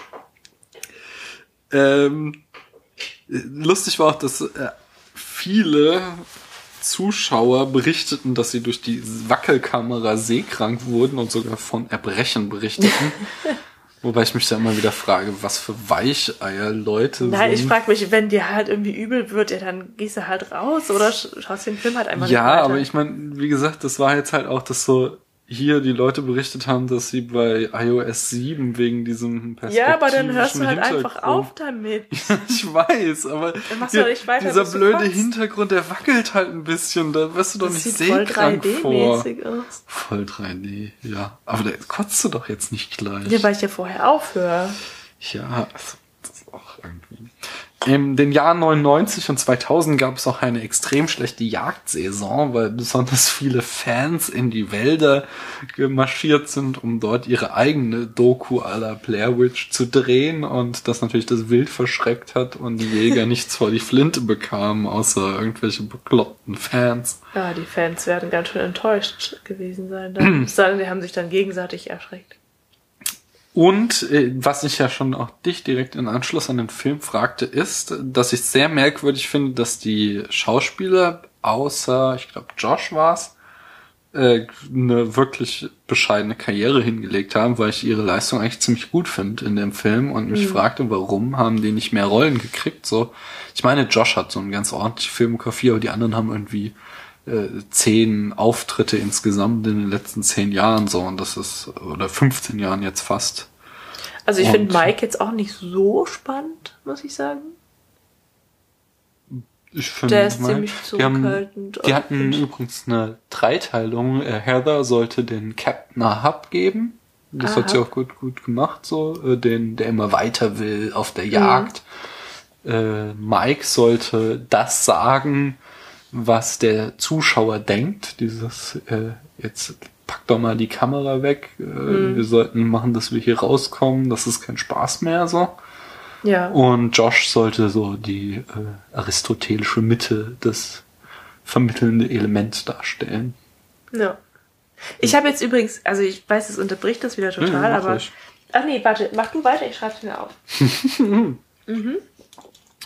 Lustig war auch, dass viele Zuschauer berichteten, dass sie durch die Wackelkamera seekrank wurden und sogar von Erbrechen berichteten. Wobei ich mich da immer wieder frage, was für Weicheier Leute sind. Nein, ich frage mich, wenn dir halt irgendwie übel wird, dann gehst du halt raus oder schaust den Film halt einmal Ja, aber ich meine, wie gesagt, das war jetzt halt auch, dass so hier die Leute berichtet haben, dass sie bei iOS 7 wegen diesem perspektivischen Ja, aber dann hörst du halt einfach auf damit. Ja, ich weiß, aber dann machst du nicht weiter, dieser blöde Hintergrund, der wackelt halt ein bisschen, da wirst du doch nicht seekrank vor. Voll 3D-mäßig aus. Voll 3D, ja. Aber da kotzt du doch jetzt nicht gleich. Ja, weil ich ja vorher aufhöre. Ja, also, das ist auch irgendwie... In den Jahren 99 und 2000 gab es auch eine extrem schlechte Jagdsaison, weil besonders viele Fans in die Wälder gemarschiert sind, um dort ihre eigene Doku à la Blair Witch zu drehen und das natürlich das Wild verschreckt hat und die Jäger nichts vor die Flinte bekamen, außer irgendwelche bekloppten Fans. Ja, die Fans werden ganz schön enttäuscht gewesen sein. Dann. Die haben sich dann gegenseitig erschreckt. Und was ich ja schon auch dich direkt in Anschluss an den Film fragte, ist, dass ich sehr merkwürdig finde, dass die Schauspieler, außer, ich glaube, Josh war's, eine wirklich bescheidene Karriere hingelegt haben, weil ich ihre Leistung eigentlich ziemlich gut finde in dem Film und mich fragte, warum haben die nicht mehr Rollen gekriegt? So, ich meine, Josh hat so eine ganz ordentliche Filmografie, aber die anderen haben irgendwie 10 Auftritte insgesamt in den letzten 10 Jahren so und das ist, oder 15 Jahren jetzt fast. Also ich finde Mike jetzt auch nicht so spannend, muss ich sagen. Ich finde, der ist ziemlich zurückhaltend. Die hatten übrigens eine Dreiteilung. Heather sollte den Captain Ahab geben. Das hat sie auch gut gemacht, so. Der immer weiter will auf der Jagd. Mike sollte das sagen, was der Zuschauer denkt, dieses jetzt pack doch mal die Kamera weg, wir sollten machen, dass wir hier rauskommen, das ist kein Spaß mehr, so. Ja. Und Josh sollte so die aristotelische Mitte, das vermittelnde Element darstellen. Ja. Ich habe jetzt übrigens, also ich weiß, es unterbricht das wieder total, aber... Ach nee, warte, mach du weiter, ich schreibe es mir auf.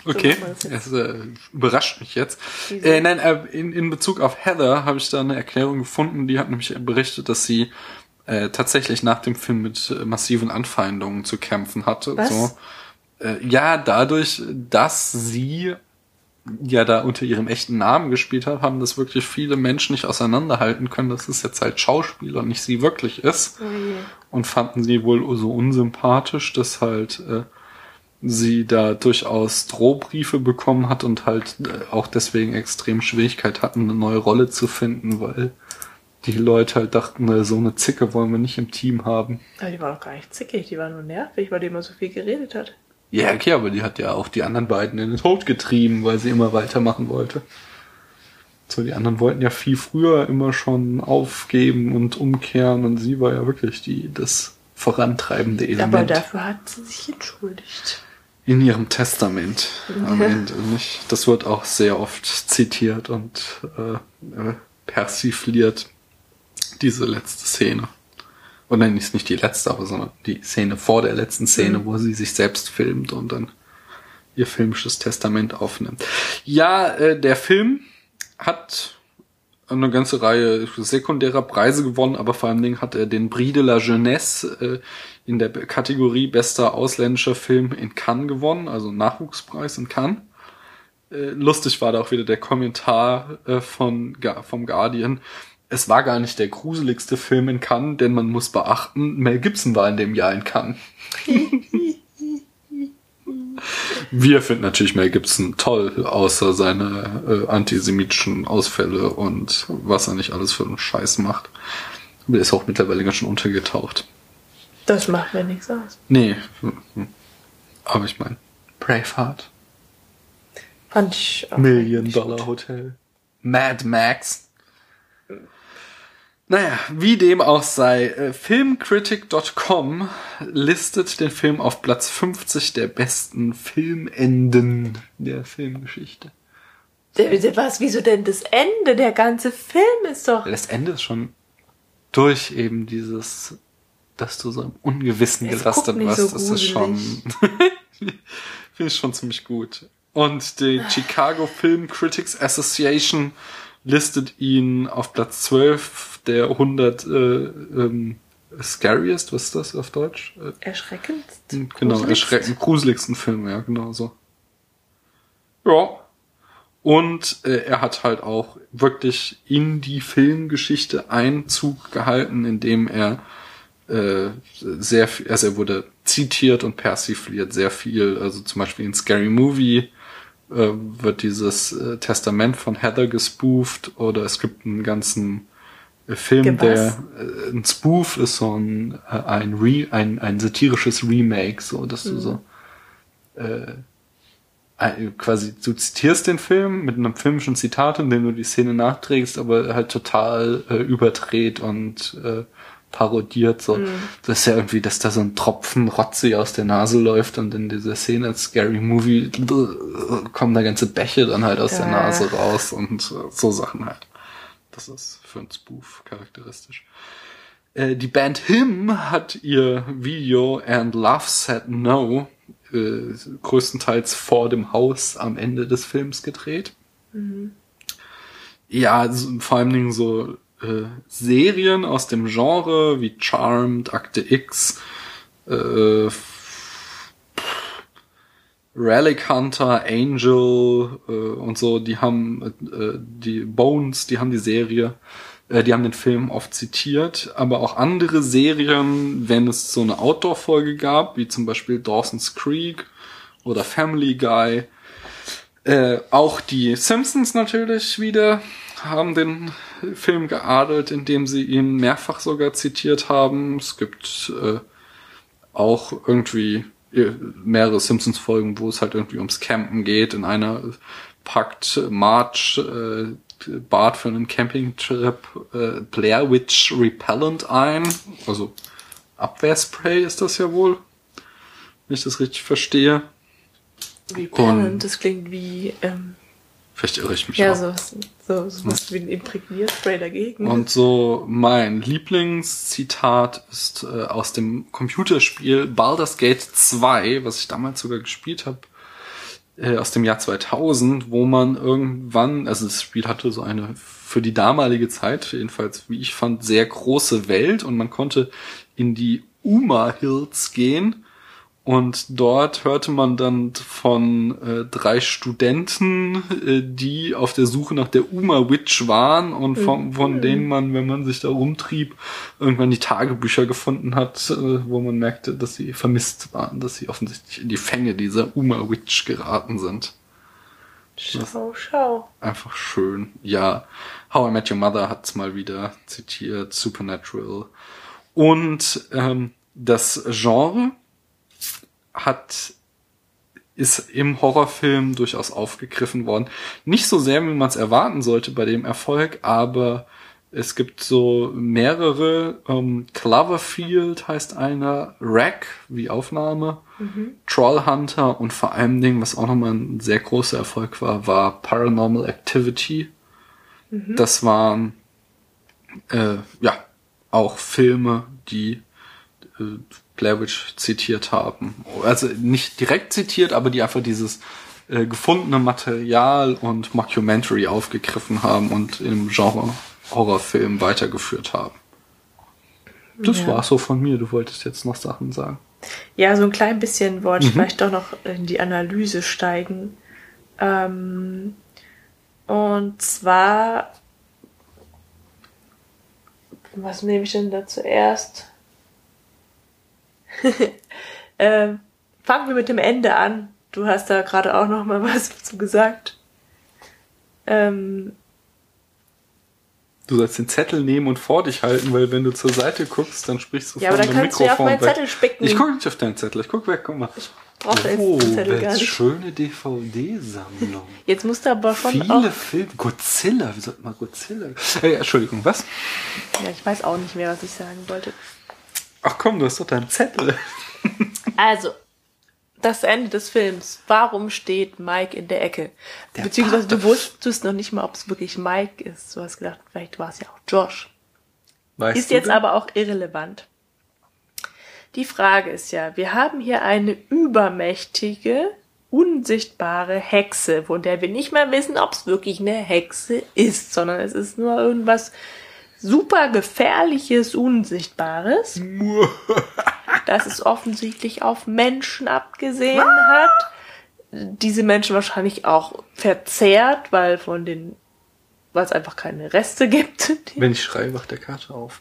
Okay, es überrascht mich jetzt. In Bezug auf Heather habe ich da eine Erklärung gefunden, die hat nämlich berichtet, dass sie tatsächlich nach dem Film mit massiven Anfeindungen zu kämpfen hatte. Was? So, ja, dadurch, dass sie ja da unter ihrem echten Namen gespielt hat, haben das wirklich viele Menschen nicht auseinanderhalten können, dass es jetzt halt Schauspieler und nicht sie wirklich ist. Oh je. Und fanden sie wohl so unsympathisch, dass halt sie da durchaus Drohbriefe bekommen hat und halt auch deswegen extrem Schwierigkeit hatten, eine neue Rolle zu finden, weil die Leute halt dachten, so eine Zicke wollen wir nicht im Team haben. Aber die war doch gar nicht zickig, die war nur nervig, weil die immer so viel geredet hat. Ja, okay, aber die hat ja auch die anderen beiden in den Tod getrieben, weil sie immer weitermachen wollte. So, die anderen wollten ja viel früher immer schon aufgeben und umkehren und sie war ja wirklich das vorantreibende Element. Aber dafür hat sie sich entschuldigt. In ihrem Testament am Ende, nicht? Das wird auch sehr oft zitiert und persifliert, diese letzte Szene. Und nein, ist nicht die letzte, aber sondern die Szene vor der letzten Szene, wo sie sich selbst filmt und dann ihr filmisches Testament aufnimmt. Ja, der Film hat eine ganze Reihe sekundärer Preise gewonnen, aber vor allen Dingen hat er den Prix de la Jeunesse in der Kategorie bester ausländischer Film in Cannes gewonnen, also Nachwuchspreis in Cannes. Lustig war da auch wieder der Kommentar vom Guardian. Es war gar nicht der gruseligste Film in Cannes, denn man muss beachten, Mel Gibson war in dem Jahr in Cannes. Wir finden natürlich Mel Gibson toll, außer seine antisemitischen Ausfälle und was er nicht alles für einen Scheiß macht. Der ist auch mittlerweile ganz schön untergetaucht. Das macht mir nichts aus. Nee, aber ich meine, Braveheart. Fand ich auch $1 Hotel. Mad Max. Naja, wie dem auch sei, Filmcritic.com listet den Film auf Platz 50 der besten Filmenden der Filmgeschichte. Was, wieso denn das Ende? Der ganze Film ist doch... Das Ende ist schon durch eben dieses, dass du so im Ungewissen gelastet wirst. So das ist schon, finde ich schon ziemlich gut. Und die Chicago Film Critics Association listet ihn auf Platz 12 der 100 scariest, was ist das auf Deutsch? Erschreckendsten? Genau, gruseligsten Filme, ja, genau so. Ja. Und er hat halt auch wirklich in die Filmgeschichte Einzug gehalten, indem er sehr viel, also er wurde zitiert und persifliert sehr viel, also zum Beispiel in Scary Movie wird dieses Testament von Heather gespooft, oder es gibt einen ganzen Film, der ein Spoof ist, so ein satirisches Remake, so dass du so quasi, du zitierst den Film mit einem filmischen Zitat, in dem du die Szene nachträgst, aber halt total überdreht und parodiert, so. Das ist ja irgendwie, dass da so ein Tropfen Rotze aus der Nase läuft und in dieser Szene als Scary Movie kommen da ganze Bäche dann halt aus der Nase raus und so Sachen halt. Das ist für einen Spoof charakteristisch. Die Band Him hat ihr Video And Love Said No größtenteils vor dem Haus am Ende des Films gedreht. Ja, vor allen Dingen so Serien aus dem Genre wie Charmed, Akte X, Relic Hunter, Angel und so, die haben die Bones, die haben die Serie, die haben den Film oft zitiert, aber auch andere Serien, wenn es so eine Outdoor-Folge gab, wie zum Beispiel Dawson's Creek oder Family Guy, auch die Simpsons natürlich wieder haben den Film geadelt, indem sie ihn mehrfach sogar zitiert haben. Es gibt auch irgendwie mehrere Simpsons-Folgen, wo es halt irgendwie ums Campen geht. In einer packt Marge Bart für einen Campingtrip Blair Witch Repellent ein. Also Abwehrspray ist das ja wohl, wenn ich das richtig verstehe. Repellent, das klingt wie... vielleicht irre ich mich ja, auch. so was wie ein Imprägnierspray dagegen. Und so mein Lieblingszitat ist aus dem Computerspiel Baldur's Gate 2, was ich damals sogar gespielt habe. aus dem Jahr 2000, wo man irgendwann, also das Spiel hatte so eine für die damalige Zeit, jedenfalls wie ich fand, sehr große Welt und man konnte in die Uma Hills gehen und dort hörte man dann von 3 Studenten, die auf der Suche nach der Uma Witch waren und von denen man, wenn man sich da rumtrieb, irgendwann die Tagebücher gefunden hat, wo man merkte, dass sie vermisst waren, dass sie offensichtlich in die Fänge dieser Uma Witch geraten sind. Schau. Einfach schön. Ja, How I Met Your Mother hat's mal wieder zitiert, Supernatural. Und das Genre ist im Horrorfilm durchaus aufgegriffen worden. Nicht so sehr, wie man es erwarten sollte bei dem Erfolg, aber es gibt so mehrere. Cloverfield heißt einer, Wreck wie Aufnahme, Trollhunter und vor allem Dingen, was auch nochmal ein sehr großer Erfolg war Paranormal Activity. Das waren auch Filme, die Blair Witch zitiert haben. Also nicht direkt zitiert, aber die einfach dieses gefundene Material und Mockumentary aufgegriffen haben und im Genre Horrorfilm weitergeführt haben. Das war so von mir. Du wolltest jetzt noch Sachen sagen. Ja, so ein klein bisschen wollte ich vielleicht doch noch in die Analyse steigen. Und zwar, was nehme ich denn da zuerst? Fangen wir mit dem Ende an. Du hast da gerade auch noch mal was dazu gesagt. Du sollst den Zettel nehmen und vor dich halten, weil wenn du zur Seite guckst, dann sprichst du vor dem Mikrofon. Ja, aber dann kannst du ja auf meinen Zettel spicken. Ich gucke nicht auf deinen Zettel, ich guck weg, guck mal. Ich brauche jetzt den Zettel gar nicht. Schöne DVD-Sammlung. Jetzt musst du aber schon viele Filme. Godzilla, wir sollten mal Godzilla. Entschuldigung, was? Ja, ich weiß auch nicht mehr, was ich sagen wollte. Ach komm, du hast doch deinen Zettel. Also, das Ende des Films. Warum steht Mike in der Ecke? Beziehungsweise du wusstest noch nicht mal, ob es wirklich Mike ist. Du hast gedacht, vielleicht war es ja auch Josh. Ist jetzt aber auch irrelevant. Die Frage ist ja, wir haben hier eine übermächtige, unsichtbare Hexe, von der wir nicht mehr wissen, ob es wirklich eine Hexe ist, sondern es ist nur irgendwas super gefährliches, Unsichtbares, das es offensichtlich auf Menschen abgesehen hat. Diese Menschen wahrscheinlich auch verzehrt, weil es einfach keine Reste gibt. Wenn ich schreie, wacht der Kater auf.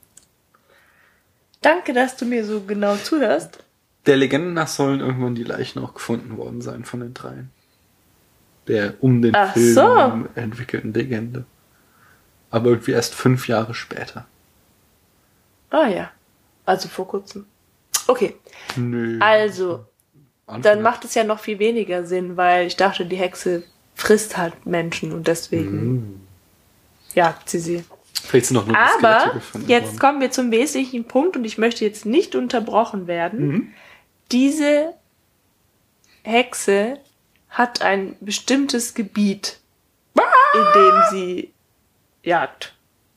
Danke, dass du mir so genau zuhörst. Der Legende nach sollen irgendwann die Leichen auch gefunden worden sein von den 3. Der den Film entwickelten Legende. Aber irgendwie erst 5 Jahre später. Ah ja, also vor kurzem. Okay, Nö. Also, dann macht es ja noch viel weniger Sinn, weil ich dachte, die Hexe frisst halt Menschen und deswegen jagt sie. Vielleicht sind noch nur aber jetzt kommen wir zum wesentlichen Punkt und ich möchte jetzt nicht unterbrochen werden. Diese Hexe hat ein bestimmtes Gebiet, in dem sie jagt.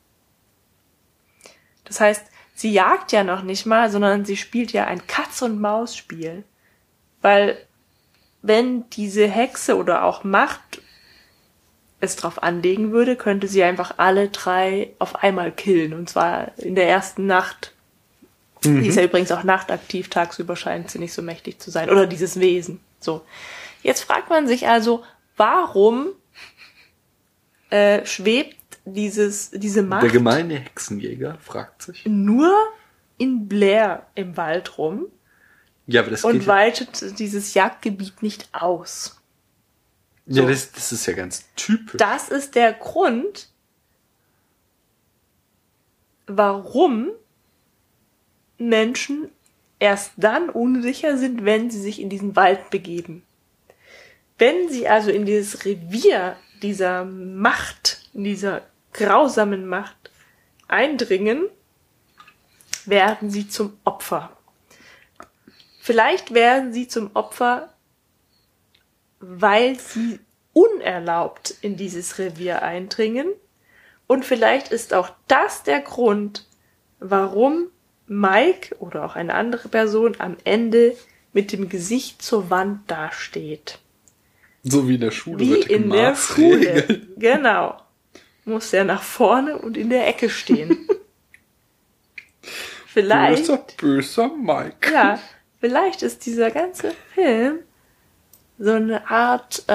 Das heißt, sie jagt ja noch nicht mal, sondern sie spielt ja ein Katz-und-Maus-Spiel. Weil wenn diese Hexe oder auch Macht es drauf anlegen würde, könnte sie einfach alle 3 auf einmal killen. Und zwar in der ersten Nacht. Die ist ja übrigens auch nachtaktiv, tagsüber scheint sie nicht so mächtig zu sein. Oder dieses Wesen. So. Jetzt fragt man sich also, warum schwebt diese Macht der gemeine Hexenjäger fragt sich nur in Blair im Wald rum aber das und weitet dieses Jagdgebiet nicht aus. So. Ja, das ist ja ganz typisch. Das ist der Grund, warum Menschen erst dann unsicher sind, wenn sie sich in diesen Wald begeben. Wenn sie also in dieses Revier dieser Macht, dieser grausamen Macht eindringen, werden sie zum Opfer. Vielleicht werden sie zum Opfer, weil sie unerlaubt in dieses Revier eindringen. Und vielleicht ist auch das der Grund, warum Mike oder auch eine andere Person am Ende mit dem Gesicht zur Wand dasteht. So wie in der Schule. Wie in der Schule. Genau. Muss er nach vorne und in der Ecke stehen. Vielleicht. Böser Mike. Ja, vielleicht ist dieser ganze Film so eine Art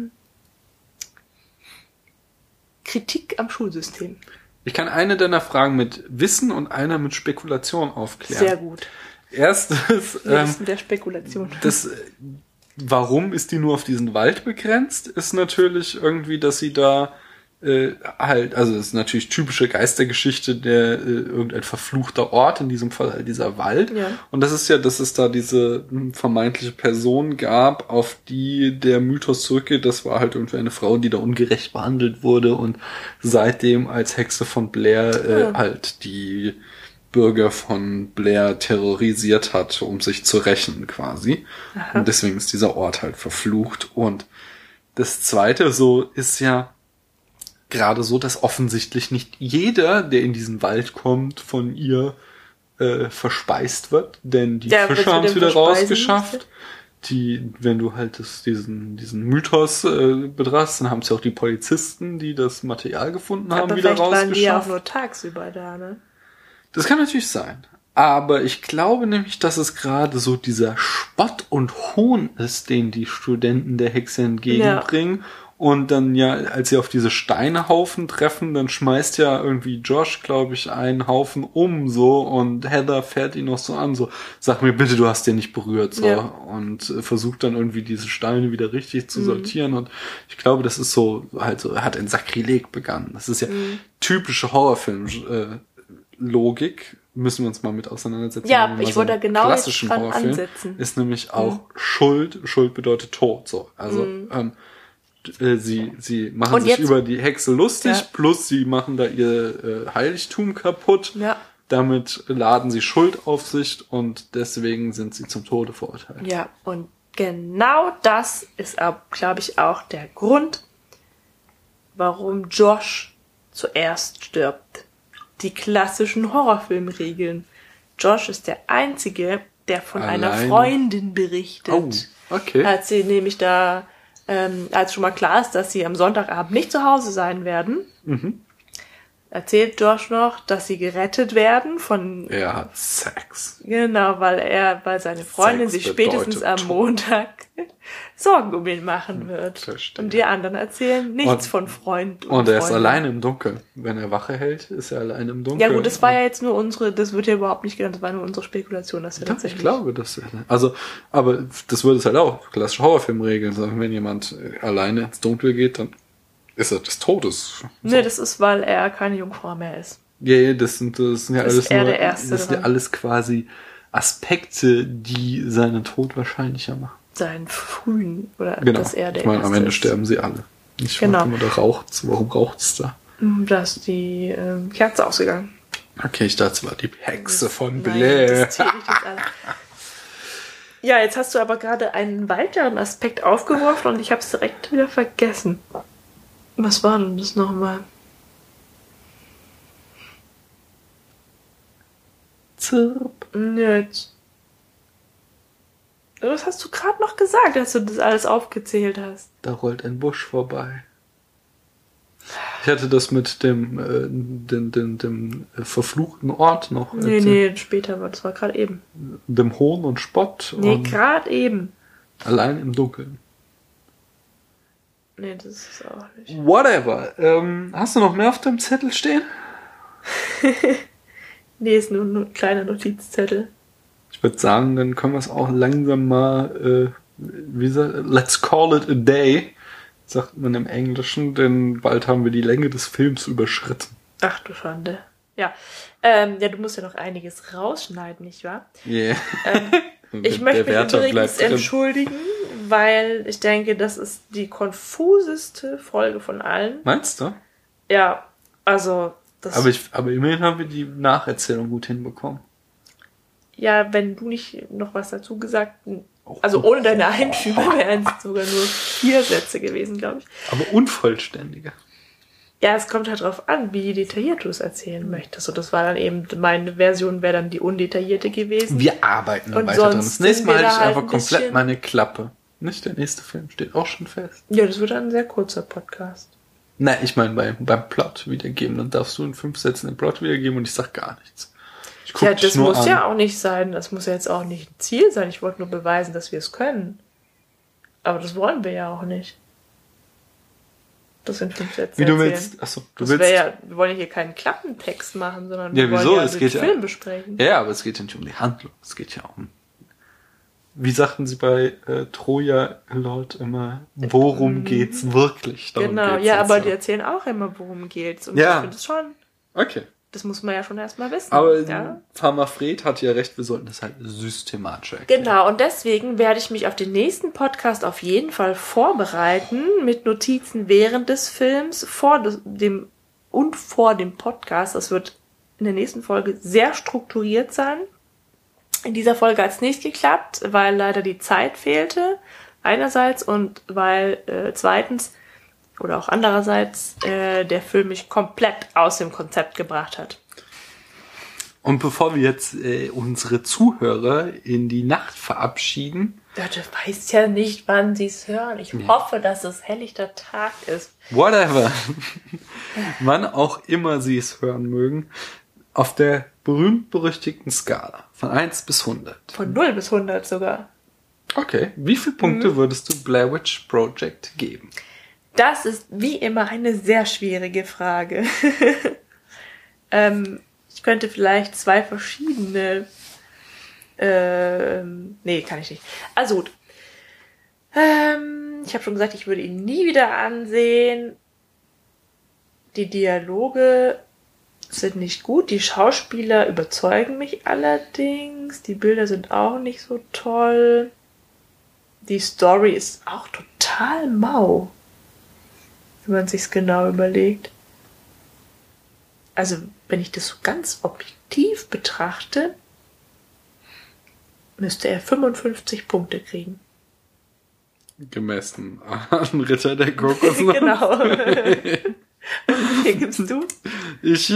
Kritik am Schulsystem. Ich kann eine deiner Fragen mit Wissen und einer mit Spekulation aufklären. Sehr gut. Erstes, Wissen der Spekulation. Warum ist die nur auf diesen Wald begrenzt? Ist natürlich irgendwie, dass sie da also das ist natürlich typische Geistergeschichte, der irgendein verfluchter Ort, in diesem Fall halt dieser Wald. Ja. Und das ist ja, dass es da diese vermeintliche Person gab, auf die der Mythos zurückgeht. Das war halt irgendwie eine Frau, die da ungerecht behandelt wurde und seitdem als Hexe von Blair halt die Bürger von Blair terrorisiert hat, um sich zu rächen quasi. Aha. Und deswegen ist dieser Ort halt verflucht. Und das Zweite so ist ja gerade so, dass offensichtlich nicht jeder, der in diesen Wald kommt, von ihr verspeist wird, denn die Fische haben es wieder rausgeschafft. Wenn du halt diesen Mythos betrachtest, dann haben es ja auch die Polizisten, die das Material gefunden haben, wieder rausgeschafft. Aber vielleicht waren die ja auch nur tagsüber da, ne? Das kann natürlich sein. Aber ich glaube nämlich, dass es gerade so dieser Spott und Hohn ist, den die Studenten der Hexe entgegenbringen. Ja. Und dann ja, als sie auf diese Steinehaufen treffen, dann schmeißt ja irgendwie Josh, glaube ich, einen Haufen um so und Heather fährt ihn noch so an, so, sag mir bitte, du hast den nicht berührt, so. Ja. Und versucht dann irgendwie diese Steine wieder richtig zu sortieren. Und ich glaube, das ist so, halt so, er hat ein Sakrileg begangen. Das ist ja typische Horrorfilm-Logik. Müssen wir uns mal mit auseinandersetzen. Ja, ich wollte genau klassischen dran Horrorfilm ansetzen. Ist nämlich auch Schuld. Schuld bedeutet Tod, so. Also, sie machen sich über die Hexe lustig, plus sie machen da ihr Heiligtum kaputt. Ja. Damit laden sie Schuld auf sich und deswegen sind sie zum Tode verurteilt. Ja, und genau das ist, glaube ich, auch der Grund, warum Josh zuerst stirbt. Die klassischen Horrorfilmregeln. Josh ist der Einzige, der von einer Freundin berichtet. Oh, okay. Als sie nämlich da als schon mal klar ist, dass sie am Sonntagabend nicht zu Hause sein werden, erzählt Josh noch, dass sie gerettet werden von... Er hat Sex. Genau, weil seine Freundin sich spätestens am Montag Sorgen um ihn machen wird. Verstehe. Und die anderen erzählen nichts von Freund und er ist alleine im Dunkeln. Wenn er Wache hält, ist er alleine im Dunkeln. Ja gut, das war ja jetzt nur das wird ja überhaupt nicht genannt, das war nur unsere Spekulation, dass er tatsächlich... Ich glaube, aber das würde es halt auch klassische Horrorfilmregeln sagen, wenn jemand alleine ins Dunkel geht, dann ist er des Todes. So. Nee, das ist, weil er keine Jungfrau mehr ist. Ja, das sind ja alles nur, das sind ja alles quasi Aspekte, die seinen Tod wahrscheinlicher machen. Seinen frühen, oder genau. Dass er der Ich meine, am Ende ist. sterben sie alle. Ich genau. Immer, da raucht's. Warum raucht's da? Da ist die Kerze ausgegangen. Okay, ich dachte, es war die Hexe von Blair. Ja, jetzt hast du aber gerade einen weiteren Aspekt aufgeworfen und ich habe es direkt wieder vergessen. Was war denn das nochmal? Zirp. Jetzt. Was hast du gerade noch gesagt, als du das alles aufgezählt hast? Da rollt ein Busch vorbei. Ich hatte das mit dem verfluchten Ort noch. Nee, später das war gerade eben. Dem Hohn und Spott. Nee, gerade eben. Allein im Dunkeln. Nee, das ist auch nicht. Whatever. Hast du noch mehr auf deinem Zettel stehen? Nee, ist nur ein kleiner Notizzettel. Ich würde sagen, dann können wir es auch langsam mal, let's call it a day, sagt man im Englischen, denn bald haben wir die Länge des Films überschritten. Ach du Schande. Ja. Du musst ja noch einiges rausschneiden, nicht wahr? Yeah. Ich möchte mich übrigens entschuldigen, weil ich denke, das ist die konfuseste Folge von allen. Meinst du? Ja, also... Aber immerhin haben wir die Nacherzählung gut hinbekommen. Ja, wenn du nicht noch was dazu gesagt hast, also ohne deine Einführung wären es sogar nur 4 Sätze gewesen, glaube ich. Aber unvollständige. Ja, es kommt halt drauf an, wie detailliert du es erzählen möchtest. Und das war dann eben, meine Version wäre dann die undetaillierte gewesen. Wir arbeiten dann weiter dran. Das nächste Mal halte ich einfach komplett meine Klappe. Nicht? Der nächste Film steht auch schon fest. Ja, das wird ein sehr kurzer Podcast. Nein, ich meine beim Plot wiedergeben. Dann darfst du in 5 Sätzen den Plot wiedergeben und ich sag gar nichts. Ja, das muss ja auch nicht sein. Das muss ja jetzt auch nicht ein Ziel sein. Ich wollte nur beweisen, dass wir es können. Aber das wollen wir ja auch nicht. Das sind 5 Sätze. Wie du willst. Achso, du willst. Wir wollen ja hier keinen Klappentext machen, sondern wir wollen ja den Film besprechen. Ja, aber es geht ja nicht um die Handlung. Es geht ja um. Wie sagten sie bei Troja Lord immer, worum geht's wirklich? Darum genau, ja, aber die erzählen auch immer, worum geht's. Und ja. Ich finde es schon. Okay. Das muss man ja schon erstmal wissen. Aber ja? Pharma Fred hat ja recht, wir sollten das halt systematisch erklären. Genau, und deswegen werde ich mich auf den nächsten Podcast auf jeden Fall vorbereiten, mit Notizen während des Films, vor dem Podcast. Das wird in der nächsten Folge sehr strukturiert sein. In dieser Folge hat es nicht geklappt, weil leider die Zeit fehlte, einerseits, und weil zweitens oder auch andererseits der Film mich komplett aus dem Konzept gebracht hat. Und bevor wir jetzt unsere Zuhörer in die Nacht verabschieden... Ja, du weißt ja nicht, wann sie es hören. Ich hoffe, dass es helllichter Tag ist. Whatever. Wann auch immer sie es hören mögen. Auf der berühmt-berüchtigten Skala von 1 bis 100. Von 0 bis 100 sogar. Okay. Wie viele Punkte würdest du Blair Witch Project geben? Das ist wie immer eine sehr schwierige Frage. Ich könnte vielleicht 2 verschiedene... nee, kann ich nicht. Also gut. Ich habe schon gesagt, ich würde ihn nie wieder ansehen. Die Dialoge sind nicht gut. Die Schauspieler überzeugen mich allerdings. Die Bilder sind auch nicht so toll. Die Story ist auch total mau, wenn man sich's genau überlegt. Also, wenn ich das so ganz objektiv betrachte, müsste er 55 Punkte kriegen. Gemessen an Ritter der Kokosnuss. Genau. Und wie gibst du? Ich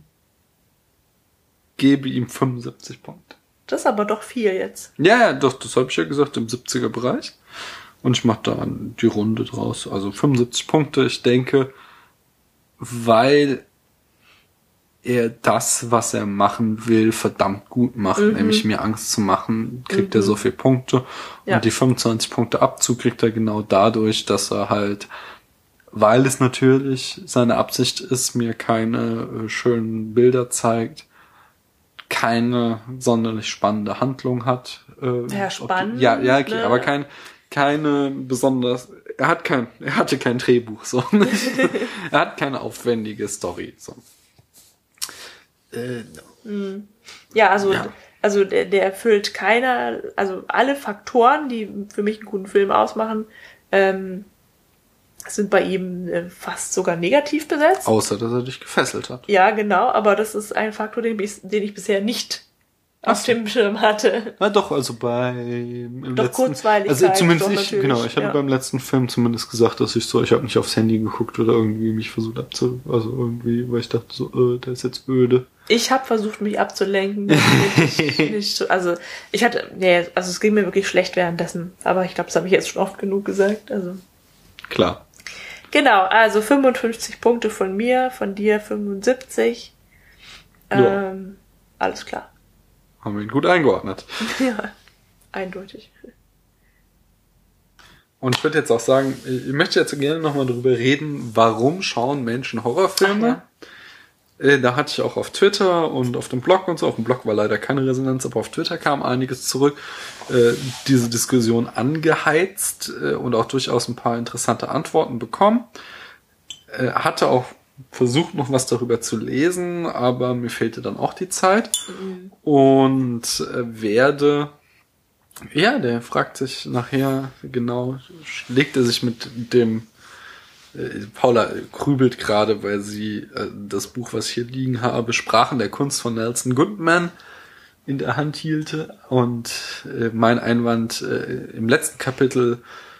gebe ihm 75 Punkte. Das ist aber doch viel jetzt. Ja, doch, das habe ich ja gesagt, im 70er-Bereich. Und ich mache da die Runde draus. Also 75 Punkte, ich denke, weil er das, was er machen will, verdammt gut macht, nämlich mir Angst zu machen, kriegt er so viele Punkte. Ja. Und die 25 Punkte Abzug kriegt er genau dadurch, dass er halt, weil es natürlich seine Absicht ist, mir keine schönen Bilder zeigt, keine sonderlich spannende Handlung hat. Ja, spannend. Ja, okay, aber keine besonders, er hatte kein Drehbuch, so. Er hat keine aufwendige Story, so. Ja, also der erfüllt also alle Faktoren, die für mich einen guten Film ausmachen, sind bei ihm fast sogar negativ besetzt. Außer, dass er dich gefesselt hat. Ja, genau, aber das ist ein Faktor, den ich bisher nicht auf dem Schirm hatte. Na doch, also Kurzweiligkeit. Also zumindest ich hatte beim letzten Film zumindest gesagt, dass ich habe nicht aufs Handy geguckt oder irgendwie mich versucht also irgendwie, weil ich dachte so, der ist jetzt öde. Ich habe versucht, mich abzulenken. Also es ging mir wirklich schlecht währenddessen. Aber ich glaube, das habe ich jetzt schon oft genug gesagt. Also klar. Genau, also 55 Punkte von mir, von dir 75. Ja. Alles klar. Haben wir ihn gut eingeordnet. Ja, eindeutig. Und ich würde jetzt auch sagen, ich möchte jetzt gerne nochmal drüber reden, warum schauen Menschen Horrorfilme? Da hatte ich auch auf Twitter und auf dem Blog und so, auf dem Blog war leider keine Resonanz, aber auf Twitter kam einiges zurück, diese Diskussion angeheizt und auch durchaus ein paar interessante Antworten bekommen. Hatte auch versucht, noch was darüber zu lesen, aber mir fehlte dann auch die Zeit. Und der fragt sich nachher genau, schlägt er sich mit dem Paula grübelt gerade, weil sie das Buch, was ich hier liegen habe, Sprachen der Kunst von Nelson Goodman in der Hand hielte. Und mein Einwand im letzten Kapitel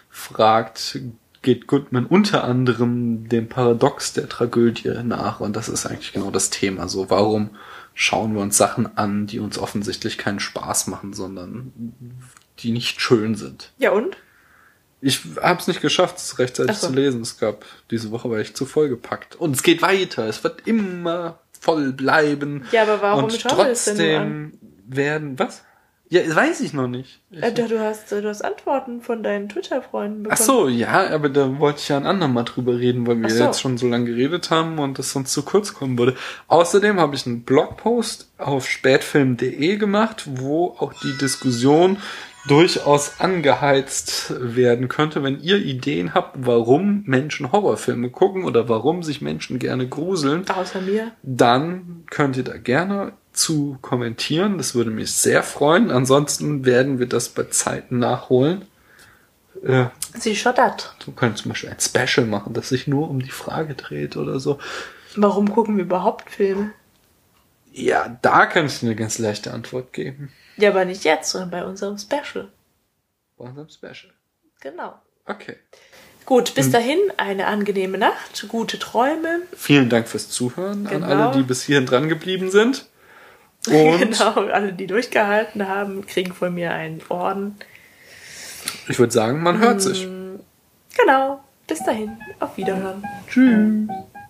geht Goodman unter anderem dem Paradox der Tragödie nach. Und das ist eigentlich genau das Thema. So, warum schauen wir uns Sachen an, die uns offensichtlich keinen Spaß machen, sondern die nicht schön sind? Ja, und? Ich habe es nicht geschafft, es rechtzeitig zu lesen. Es gab diese Woche, war ich zu voll gepackt. Und es geht weiter. Es wird immer voll bleiben. Ja, aber warum und trotzdem werden, was? Ja, weiß ich noch nicht. Du hast Antworten von deinen Twitter-Freunden bekommen. Ach so, ja, aber da wollte ich ja ein andermal drüber reden, weil wir jetzt schon so lange geredet haben und das sonst zu kurz kommen würde. Außerdem habe ich einen Blogpost auf spätfilm.de gemacht, wo auch die Diskussion durchaus angeheizt werden könnte, wenn ihr Ideen habt, warum Menschen Horrorfilme gucken oder warum sich Menschen gerne gruseln. Außer mir. Dann könnt ihr da gerne zu kommentieren. Das würde mich sehr freuen. Ansonsten werden wir das bei Zeiten nachholen. Sie schottert. Du könntest zum Beispiel ein Special machen, das sich nur um die Frage dreht oder so. Warum gucken wir überhaupt Filme? Ja, da kann ich dir eine ganz leichte Antwort geben. Ja, aber nicht jetzt, sondern bei unserem Special. Bei unserem Special. Genau. Okay. Gut, bis dahin eine angenehme Nacht, gute Träume. Vielen Dank fürs Zuhören an alle, die bis hierhin dran geblieben sind. Und genau, alle, die durchgehalten haben, kriegen von mir einen Orden. Ich würde sagen, man hört sich. Genau. Bis dahin. Auf Wiederhören. Tschüss.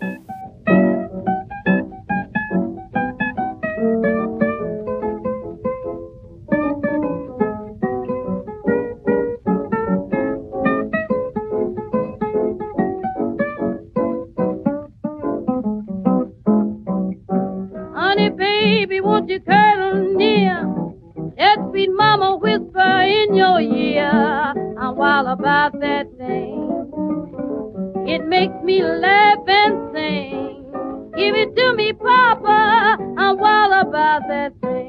Honey, baby, won't you cuddle near? Let sweet mama whisper in your ear. I'm wild about that thing. It makes me laugh and sing. Give it to me, Papa. I'm wild about that thing.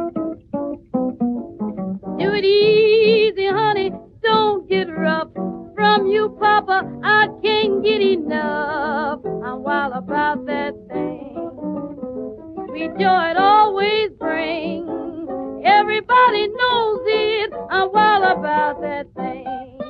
Do it easy, honey. Don't get rough. From you, Papa, I can't get enough. I'm wild about that thing. Sweet joy it always brings. Everybody knows it. I'm wild about that thing.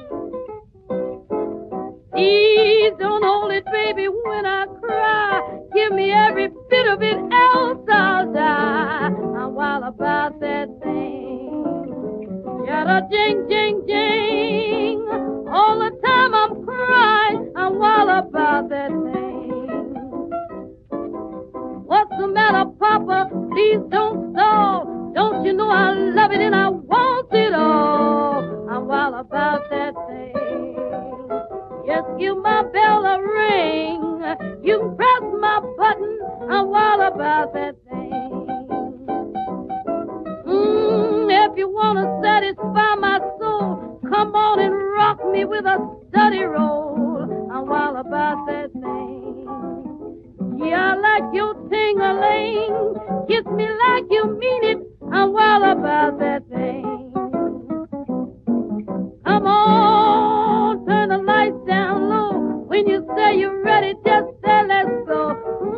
Please don't hold it, baby, when I cry. Give me every bit of it, else I'll die. I'm wild about that thing. Yada jing, jing, jing. All the time I'm crying. I'm wild about that thing. What's the matter, Papa? Please don't stall. Don't you know I love it and I want it all? I'm wild about that thing. Just give my bell a ring. You can press my button. I'm wild about that thing. If you want to satisfy my soul, come on and rock me with a steady roll. I'm wild about that thing. Yeah, I like your ting-a-ling. Kiss me like you mean it. I'm wild about that thing. Come on, turn the lights down low. When you say you're ready, just say let's go.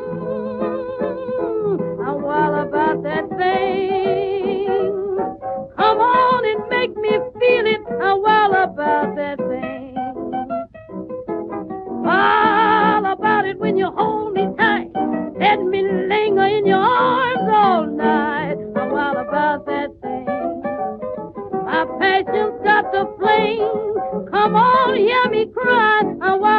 I'm wild about that thing. Come on and make me feel it. I'm wild about that thing. Wild about it when you hold me tight. Let me linger in your arms all night. I'm wild about that thing. My passion's got the flame. Come on, hear me cry. I'm wild